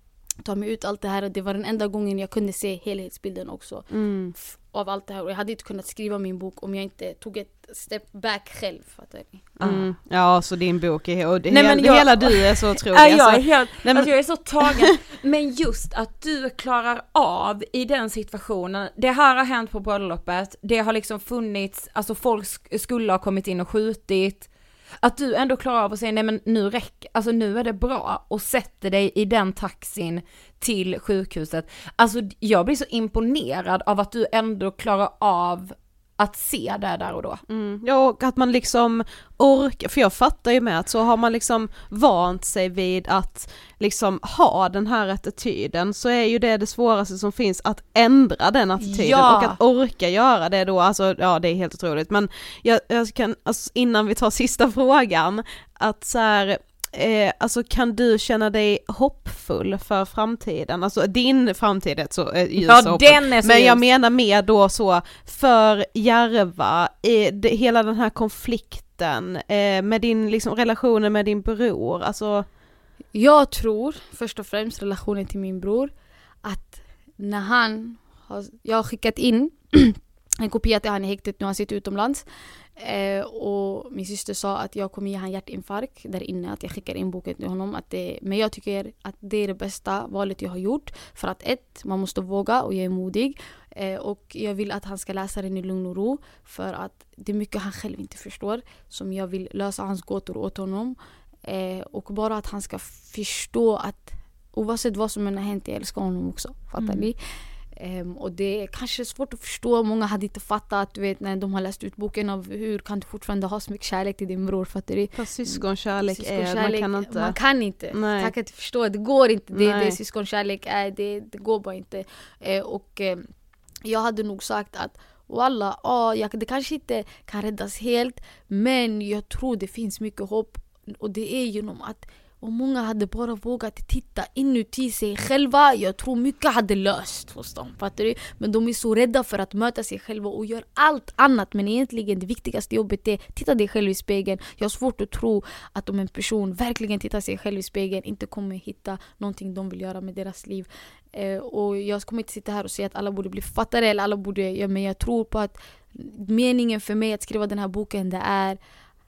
ta mig ut allt det här, och det var den enda gången jag kunde se helhetsbilden också mm. av allt det här, och jag hade inte kunnat skriva min bok om jag inte tog ett step back själv, fattar ni? Mm. Ja, så din bok är, och det, Nej, hel, jag, hela du är så otrolig. Äh, jag, är helt, Nej, men, alltså, jag är så tagen. Men just att du klarar av i den situationen, det här har hänt på bröllopet, det har liksom funnits, alltså folk skulle ha kommit in och skjutit. Att du ändå klarar av att säga nej men nu räcker, alltså nu är det bra, och sätter dig i den taxin till sjukhuset. Alltså jag blir så imponerad av att du ändå klarar av att se det där och då. Mm. Ja, och att man liksom orkar, för jag fattar ju med att så har man liksom vant sig vid att liksom ha den här attityden, så är ju det det svåraste som finns, att ändra den attityden ja. och att orka göra det då, alltså ja, det är helt otroligt. Men jag, jag kan, alltså, innan vi tar sista frågan, att så här, Eh, alltså kan du känna dig hoppfull för framtiden? Alltså din framtid är så eh, ljus ja, den är så men ljus. Jag menar mer då så för Järva, eh, det, hela den här konflikten eh, med din liksom relationen med din bror, alltså jag tror först och främst relationen till min bror, att när han har, jag har skickat in en kopia till han i häktet nu, han sitter utomlands. Eh, och min syster sa att jag kommer ge han hjärtinfarkt där inne, att jag skickar in boken till honom. Att det, men jag tycker att det är det bästa valet jag har gjort. För att ett, man måste våga och jag är modig. Eh, och jag vill att han ska läsa den i lugn och ro. För att det är mycket han själv inte förstår. Som jag vill lösa hans gåtor åt honom. Eh, och bara att han ska förstå att oavsett vad som än har hänt, jag älskar honom också. Fattar mm. ni? Um, och det är kanske svårt att förstå. Många hade inte fattat, du vet, när de har läst ut boken av hur kan du fortfarande ha så mycket kärlek till din bror, fattar du? Fast syskonkärlek, syskonkärlek är, man kan inte. Man kan inte. Nej. Tack att du förstår, det går inte. Det, det syskonkärlek är, det, det går bara inte. Uh, och uh, jag hade nog sagt att wallah, ah, jag, det kanske inte kan räddas helt, men jag tror det finns mycket hopp. Och det är genom att Och många hade bara vågat titta inuti sig själva. Jag tror mycket hade löst hos dem. Fattar du? Men de är så rädda för att möta sig själva och gör allt annat. Men egentligen det viktigaste jobbet är titta dig själv i spegeln. Jag har svårt att tro att om en person verkligen tittar sig själv i spegeln inte kommer hitta någonting de vill göra med deras liv. Eh, och jag kommer inte sitta här och säga att alla borde bli författare eller alla borde, ja, men jag tror på att meningen för mig att skriva den här boken, det är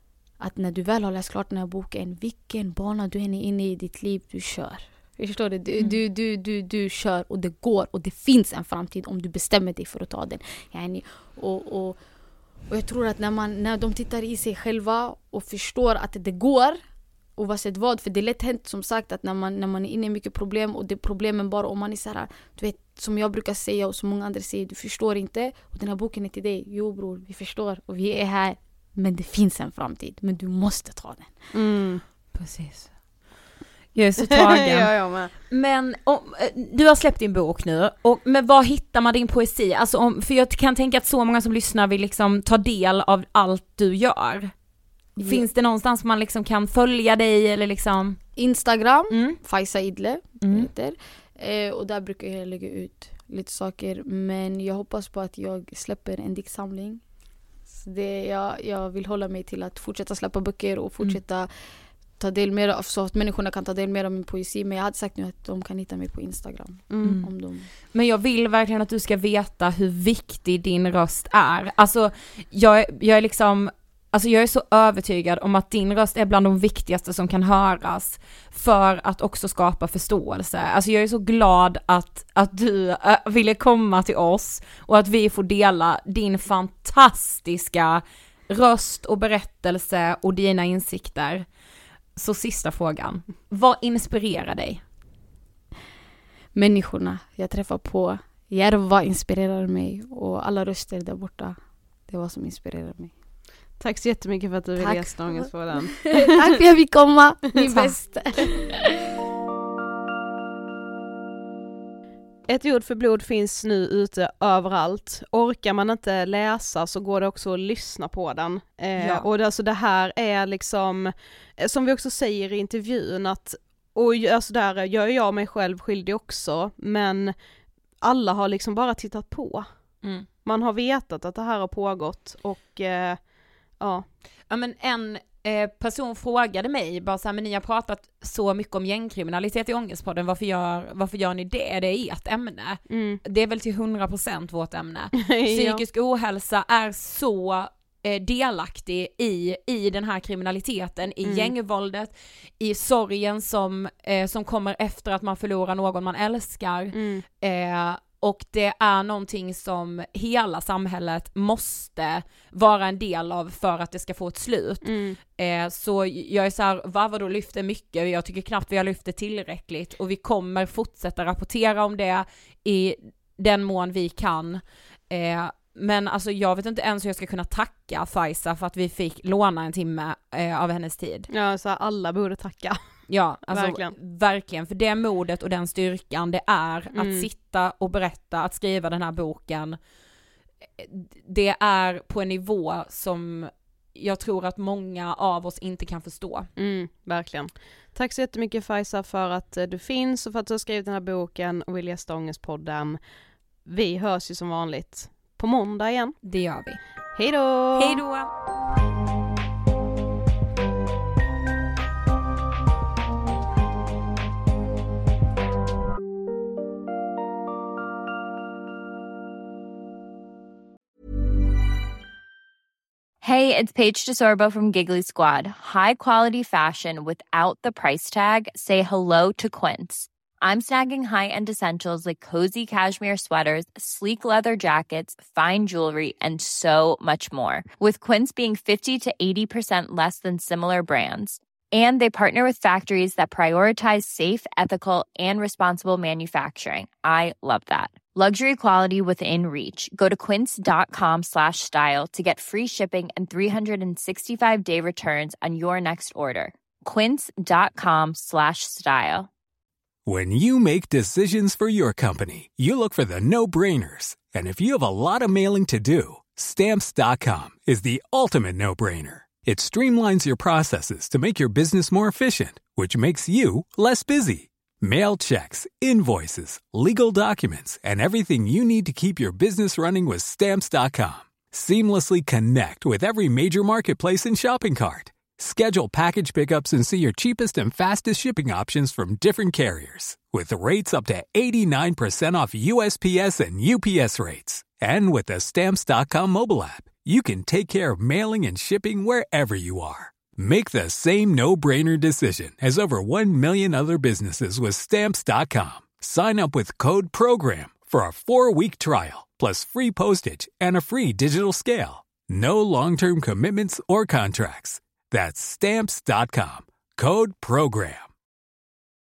att när du väl har läst klart den här boken, vilken bana du än är inne i ditt liv, du kör. Jag förstår det. Du, mm. du, du, du, du kör och det går och det finns en framtid om du bestämmer dig för att ta den. Yani, och, och, och jag tror att när, man, när de tittar i sig själva och förstår att det går, oavsett vad, för det är lätt hänt som sagt att när man, när man är inne i mycket problem och det är problemen bara om man är så här, du vet, som jag brukar säga och som många andra säger, du förstår inte och den här boken är till dig. Jo bror, vi förstår och vi är här. Men det finns en framtid. Men du måste ta den. Mm. Precis. Jag är så tagen. ja, jag med. Men om, du har släppt din bok nu. Och, men var hittar man din poesi? Alltså om, för jag kan tänka att så många som lyssnar vill liksom ta del av allt du gör. Yeah. Finns det någonstans man liksom kan följa dig? Eller liksom? Instagram. Mm. Faisa Idle. Mm. Heter. Eh, och där brukar jag lägga ut lite saker. Men jag hoppas på att jag släpper en diktsamling. Det, jag, jag vill hålla mig till att fortsätta släppa böcker och fortsätta mm. ta del mer av, så att människorna kan ta del mer av min poesi. Men jag hade sagt nu att de kan hitta mig på Instagram. Mm. Om de... Men jag vill verkligen att du ska veta hur viktig din röst är. Alltså jag, jag är liksom Alltså jag är så övertygad om att din röst är bland de viktigaste som kan höras för att också skapa förståelse. Alltså jag är så glad att, att du äh, ville komma till oss och att vi får dela din fantastiska röst och berättelse och dina insikter. Så sista frågan. Vad inspirerar dig? Människorna jag träffar på Järva inspirerar mig och alla röster där borta, det var som inspirerar mig. Tack så jättemycket för att du ville gästa Ångest på den. Tack för att jag fick komma. Ni är bäst. Ett ord för blod finns nu ute överallt. Orkar man inte läsa så går det också att lyssna på den. Eh, ja. Och det, alltså det här är liksom, som vi också säger i intervjun, att, och alltså där gör jag mig själv skyldig också, men alla har liksom bara tittat på. Mm. Man har vetat att det här har pågått och eh, ja. Ja, men en eh, person frågade mig bara så här, men ni har pratat så mycket om gängkriminalitet i Ångestpodden, varför gör, varför gör ni det? Det är ert ämne. Mm. Det är väl till hundra procent vårt ämne. Psykisk ohälsa är så eh, delaktig i, i den här kriminaliteten, i mm. gängvåldet, i sorgen som, eh, som kommer efter att man förlorar någon man älskar. Mm. Eh, Och det är någonting som hela samhället måste vara en del av för att det ska få ett slut. Mm. Eh, så jag är så här, Vavado lyfter mycket, jag tycker knappt vi har lyft det tillräckligt. Och vi kommer fortsätta rapportera om det i den mån vi kan. Eh, men alltså jag vet inte ens hur jag ska kunna tacka Faisa för att vi fick låna en timme eh, av hennes tid. Ja, så alla borde tacka. Ja, alltså verkligen. verkligen. För det modet och den styrkan det är mm. att sitta och berätta, att skriva den här boken, det är på en nivå som jag tror att många av oss inte kan förstå. Mm, verkligen. Tack så jättemycket Faisa för att du finns och för att du har skrivit den här boken och vill gästa Ångestpodden. Vi hörs ju som vanligt på måndag igen. Det gör vi. Hej då! Hej då! Hey, it's Paige DeSorbo from Giggly Squad. High quality fashion without the price tag. Say hello to Quince. I'm snagging high-end essentials like cozy cashmere sweaters, sleek leather jackets, fine jewelry, and so much more. With Quince being fifty to eighty percent less than similar brands. And they partner with factories that prioritize safe, ethical, and responsible manufacturing. I love that. Luxury quality within reach. Go to quince.com slash style to get free shipping and three sixty-five day returns on your next order. Quince.com slash style. When you make decisions for your company, you look for the no-brainers. And if you have a lot of mailing to do, Stamps dot com is the ultimate no-brainer. It streamlines your processes to make your business more efficient, which makes you less busy. Mail checks, invoices, legal documents, and everything you need to keep your business running with Stamps dot com. Seamlessly connect with every major marketplace and shopping cart. Schedule package pickups and see your cheapest and fastest shipping options from different carriers. With rates up to eighty-nine percent off U S P S and U P S rates. And with the Stamps dot com mobile app, you can take care of mailing and shipping wherever you are. Make the same no-brainer decision as over one million other businesses with Stamps dot com. Sign up with code PROGRAM for a four-week trial, plus free postage and a free digital scale. No long-term commitments or contracts. That's Stamps dot com. Code PROGRAM.